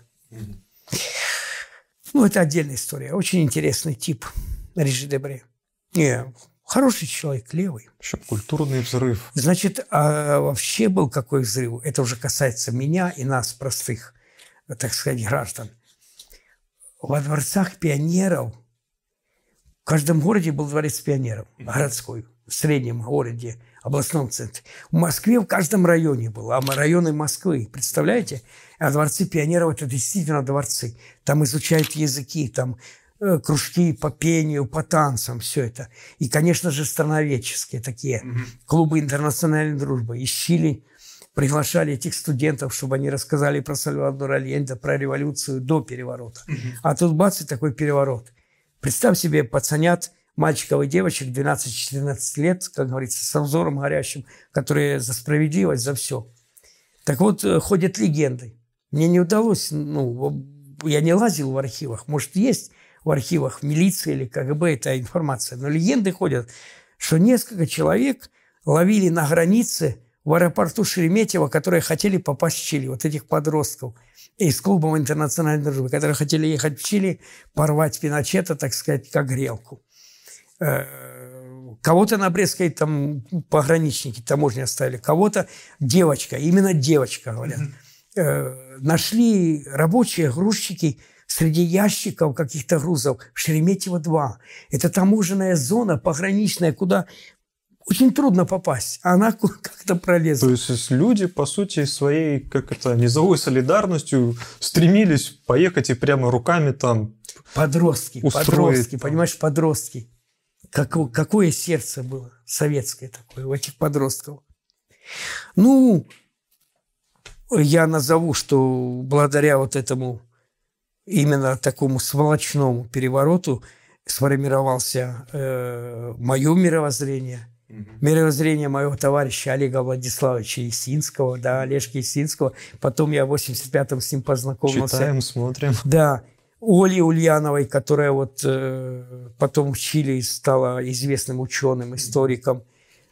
Ну, это отдельная история. Очень интересный тип Режи Дебре. Хороший человек, левый. Еще культурный взрыв. Значит, вообще был какой взрыв? Это уже касается меня и нас, простых, так сказать, граждан. Во дворцах пионеров, в каждом городе был дворец пионеров, городской, в среднем городе, областном центре. В Москве в каждом районе был, районы Москвы, представляете? А дворцы пионеров – это действительно дворцы. Там изучают языки, там кружки по пению, по танцам, все это. И, конечно же, страноведческие такие клубы интернациональной дружбы. Из Чили приглашали этих студентов, чтобы они рассказали про Сальвадора Альенде, про революцию до переворота. А тут бац, и такой переворот. Представь себе пацанят, мальчиков и девочек 12-14 лет, как говорится, со взором горящим, которые за справедливость, за все. Так вот, ходят легенды. Мне не удалось, я не лазил в архивах, может, есть в архивах милиции или КГБ эта информация, но легенды ходят, что несколько человек ловили на границе в аэропорту Шереметьево, которые хотели попасть в Чили, вот этих подростков из клуба интернациональной дружбы, которые хотели ехать в Чили, порвать Пиночета, так сказать, как грелку. Кого-то на Брестской там пограничники таможни оставили, кого-то девочка, именно девочка, говорят. Нашли рабочие, грузчики среди ящиков каких-то грузов в Шереметьево-2. Это таможенная зона пограничная, куда очень трудно попасть. А она как-то пролезла. То есть люди, по сути, своей, низовой солидарностью стремились поехать и прямо руками там подростки, понимаешь, подростки. Какое сердце было советское такое у этих подростков. Ну, я назову, что благодаря вот этому именно такому сволочному перевороту сформировался мое мировоззрение, мировоззрение моего товарища Олега Владиславовича Ясинского, да, Олежки Ясинского. Потом я в 85-м с ним познакомился. Читаем, смотрим. Да. Оли Ульяновой, которая вот потом в Чили стала известным ученым, историком.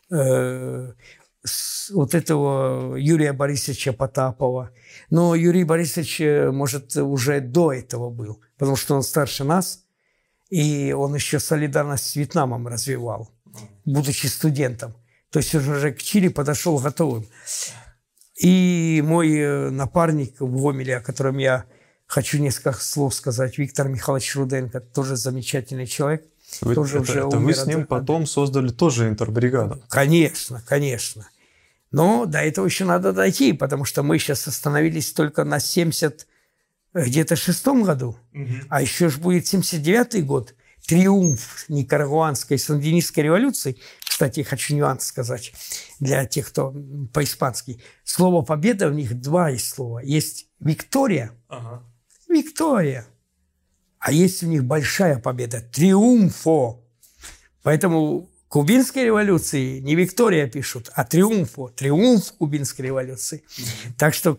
Вот этого Юрия Борисовича Потапова. Но Юрий Борисович, может, уже до этого был, потому что он старше нас, и он еще солидарность с Вьетнамом развивал, будучи студентом. То есть он уже к Чили подошел готовым. И мой напарник в Гомеле, о котором я хочу несколько слов сказать, Виктор Михайлович Руденко, тоже замечательный человек. Вы с ним потом создали тоже интербригаду. Конечно, конечно. Но до этого еще надо дойти, потому что мы сейчас остановились только на 76-м году, а еще же будет 79-й год. Триумф никарагуанской сандинистской революции. Кстати, хочу нюанс сказать для тех, кто по-испански. Слово «победа» в них два есть слова. Есть «виктория», «виктория», а есть у них большая победа – «триумфо». Поэтому кубинской революции не «виктория» пишут, а «триумфо», «триумф» кубинской революции. Так что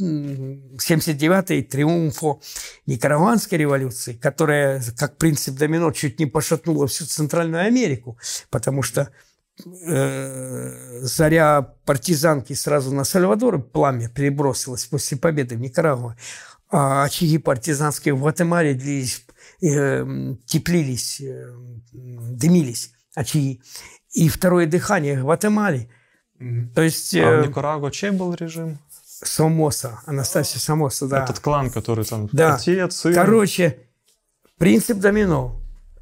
79-й «триумфо» никарагуанской революции, которая, как принцип домино, чуть не пошатнула всю Центральную Америку, потому что заря партизанки сразу на Сальвадор пламя перебросилось после победы в Никарагуа. А очаги партизанские в Гватемале теплились, дымились очаги. И второе дыхание в Гватемале. То есть, а в Никарагуа чей был режим? Сомоса, Анастасия Сомоса, да. Этот клан, который там да. отец, сын. Короче, принцип домино.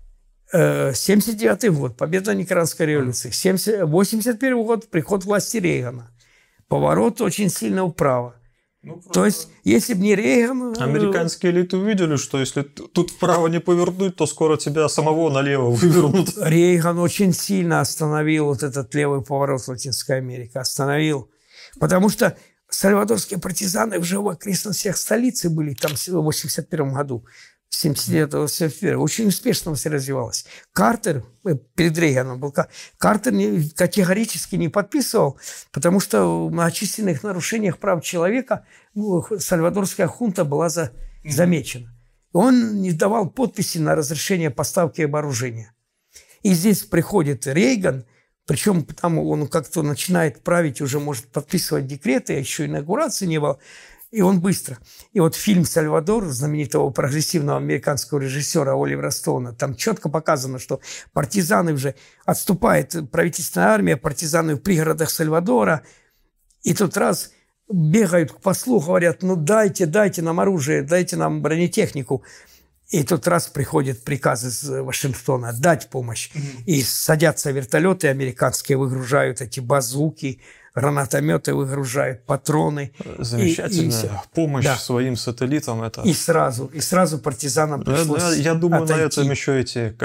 79-й год, победа Никарагуанской революции. 81-й год, приход власти Рейгана. Поворот очень сильно вправо. То есть, если бы не Рейган... Американские элиты увидели, что если тут вправо не повернуть, то скоро тебя самого налево вывернут. Рейган очень сильно остановил вот этот левый поворот в Латинской Америке. Остановил. Потому что сальвадорские партизаны уже в окрестностях столицы были там в 81 году. 79-81. Очень успешно все развивалось. Картер, перед Рейганом был, Картер категорически не подписывал, потому что в многочисленных нарушениях прав человека сальвадорская хунта была замечена. Он не давал подписи на разрешение поставки вооружения. И здесь приходит Рейган, причем там он как-то начинает править, уже может подписывать декреты, а еще инаугурации не было. И он быстро. И вот фильм «Сальвадор» знаменитого прогрессивного американского режиссера Оливера Стоуна, там четко показано, что партизаны уже отступает, правительственная армия, партизаны в пригородах Сальвадора. И тут раз бегают к послу, говорят, ну дайте нам оружие, дайте нам бронетехнику. И тут раз приходит приказ из Вашингтона дать помощь. И садятся вертолеты американские, выгружают эти базуки, гранатометы выгружают, патроны. Замечательная помощь своим сателлитам. Это... И сразу партизанам пришлось Я думаю, отойти. на этом еще эти,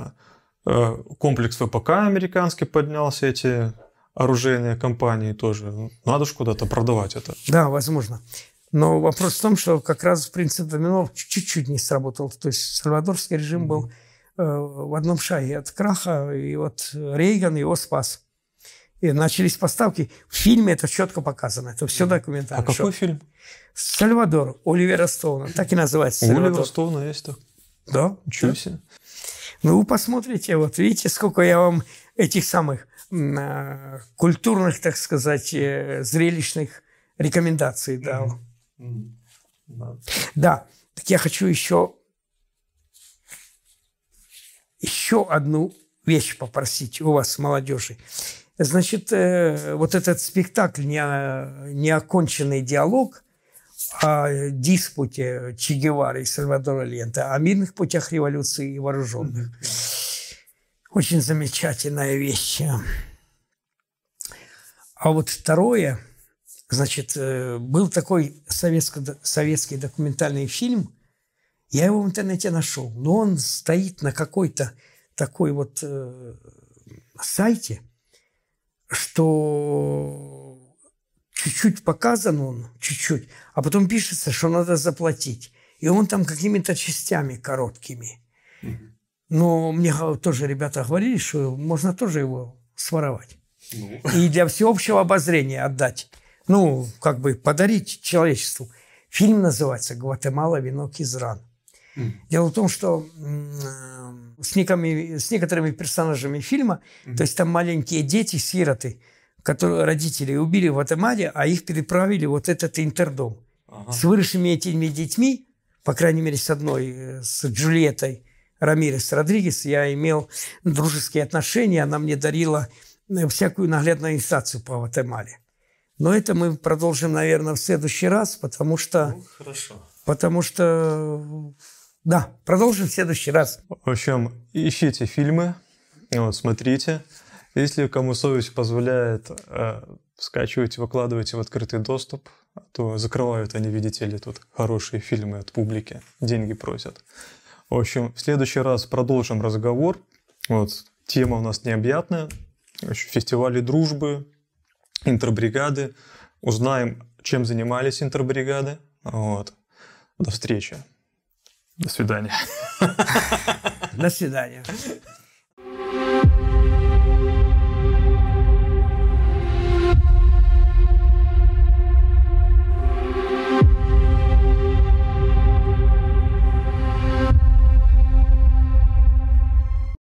комплекс ВПК американский поднялся, эти оружейные компании тоже. Надо же куда-то продавать это. Да, возможно. Но вопрос в том, что как раз принцип домино чуть-чуть не сработал. То есть сальвадорский режим был в одном шаге от краха, и вот Рейган его спас. И начались поставки. В фильме это четко показано. Это все документально. А какой фильм? «Сальвадор» Оливера Стоуна. Так и называется. «Сальвадор». Оливера Стоуна есть так? Да. Ничего себе. Ну, вы посмотрите, вот видите, сколько я вам этих самых культурных, так сказать, зрелищных рекомендаций дал. Да. Так я хочу еще одну вещь попросить у вас, молодежи. Значит, вот этот спектакль «Неоконченный диалог» о диспуте Че Гевары и Сальвадора Альенте, о мирных путях революции и вооруженных. Очень замечательная вещь. А вот второе, значит, был такой советский документальный фильм, я его в интернете нашел, но он стоит на какой-то такой вот сайте, что чуть-чуть показан он, чуть-чуть, а потом пишется, что надо заплатить. И он там какими-то частями короткими. Но мне тоже ребята говорили, что можно тоже его своровать. И для всеобщего обозрения отдать. Ну, как бы подарить человечеству. Фильм называется «Гватемала. Венок из ран». Дело в том, что с некоторыми персонажами фильма, то есть там маленькие дети, сироты, которые родители убили в Гватемале, а их переправили в вот этот интердом. С выросшими этими детьми, по крайней мере, с одной, с Джульеттой Рамирес Родригес, я имел дружеские отношения, она мне дарила всякую наглядную информацию по Гватемале. Но это мы продолжим, наверное, в следующий раз, потому что... Ну, хорошо. Потому что... Да, продолжим в следующий раз. В общем, ищите фильмы, вот, смотрите. Если кому совесть позволяет, скачивайте, выкладывайте в открытый доступ, а то закрывают они, видите ли, тут хорошие фильмы от публики, деньги просят. В общем, в следующий раз продолжим разговор. Вот, тема у нас необъятная. Фестивали дружбы, интербригады. Узнаем, чем занимались интербригады. Вот. До встречи. До свидания. До свидания.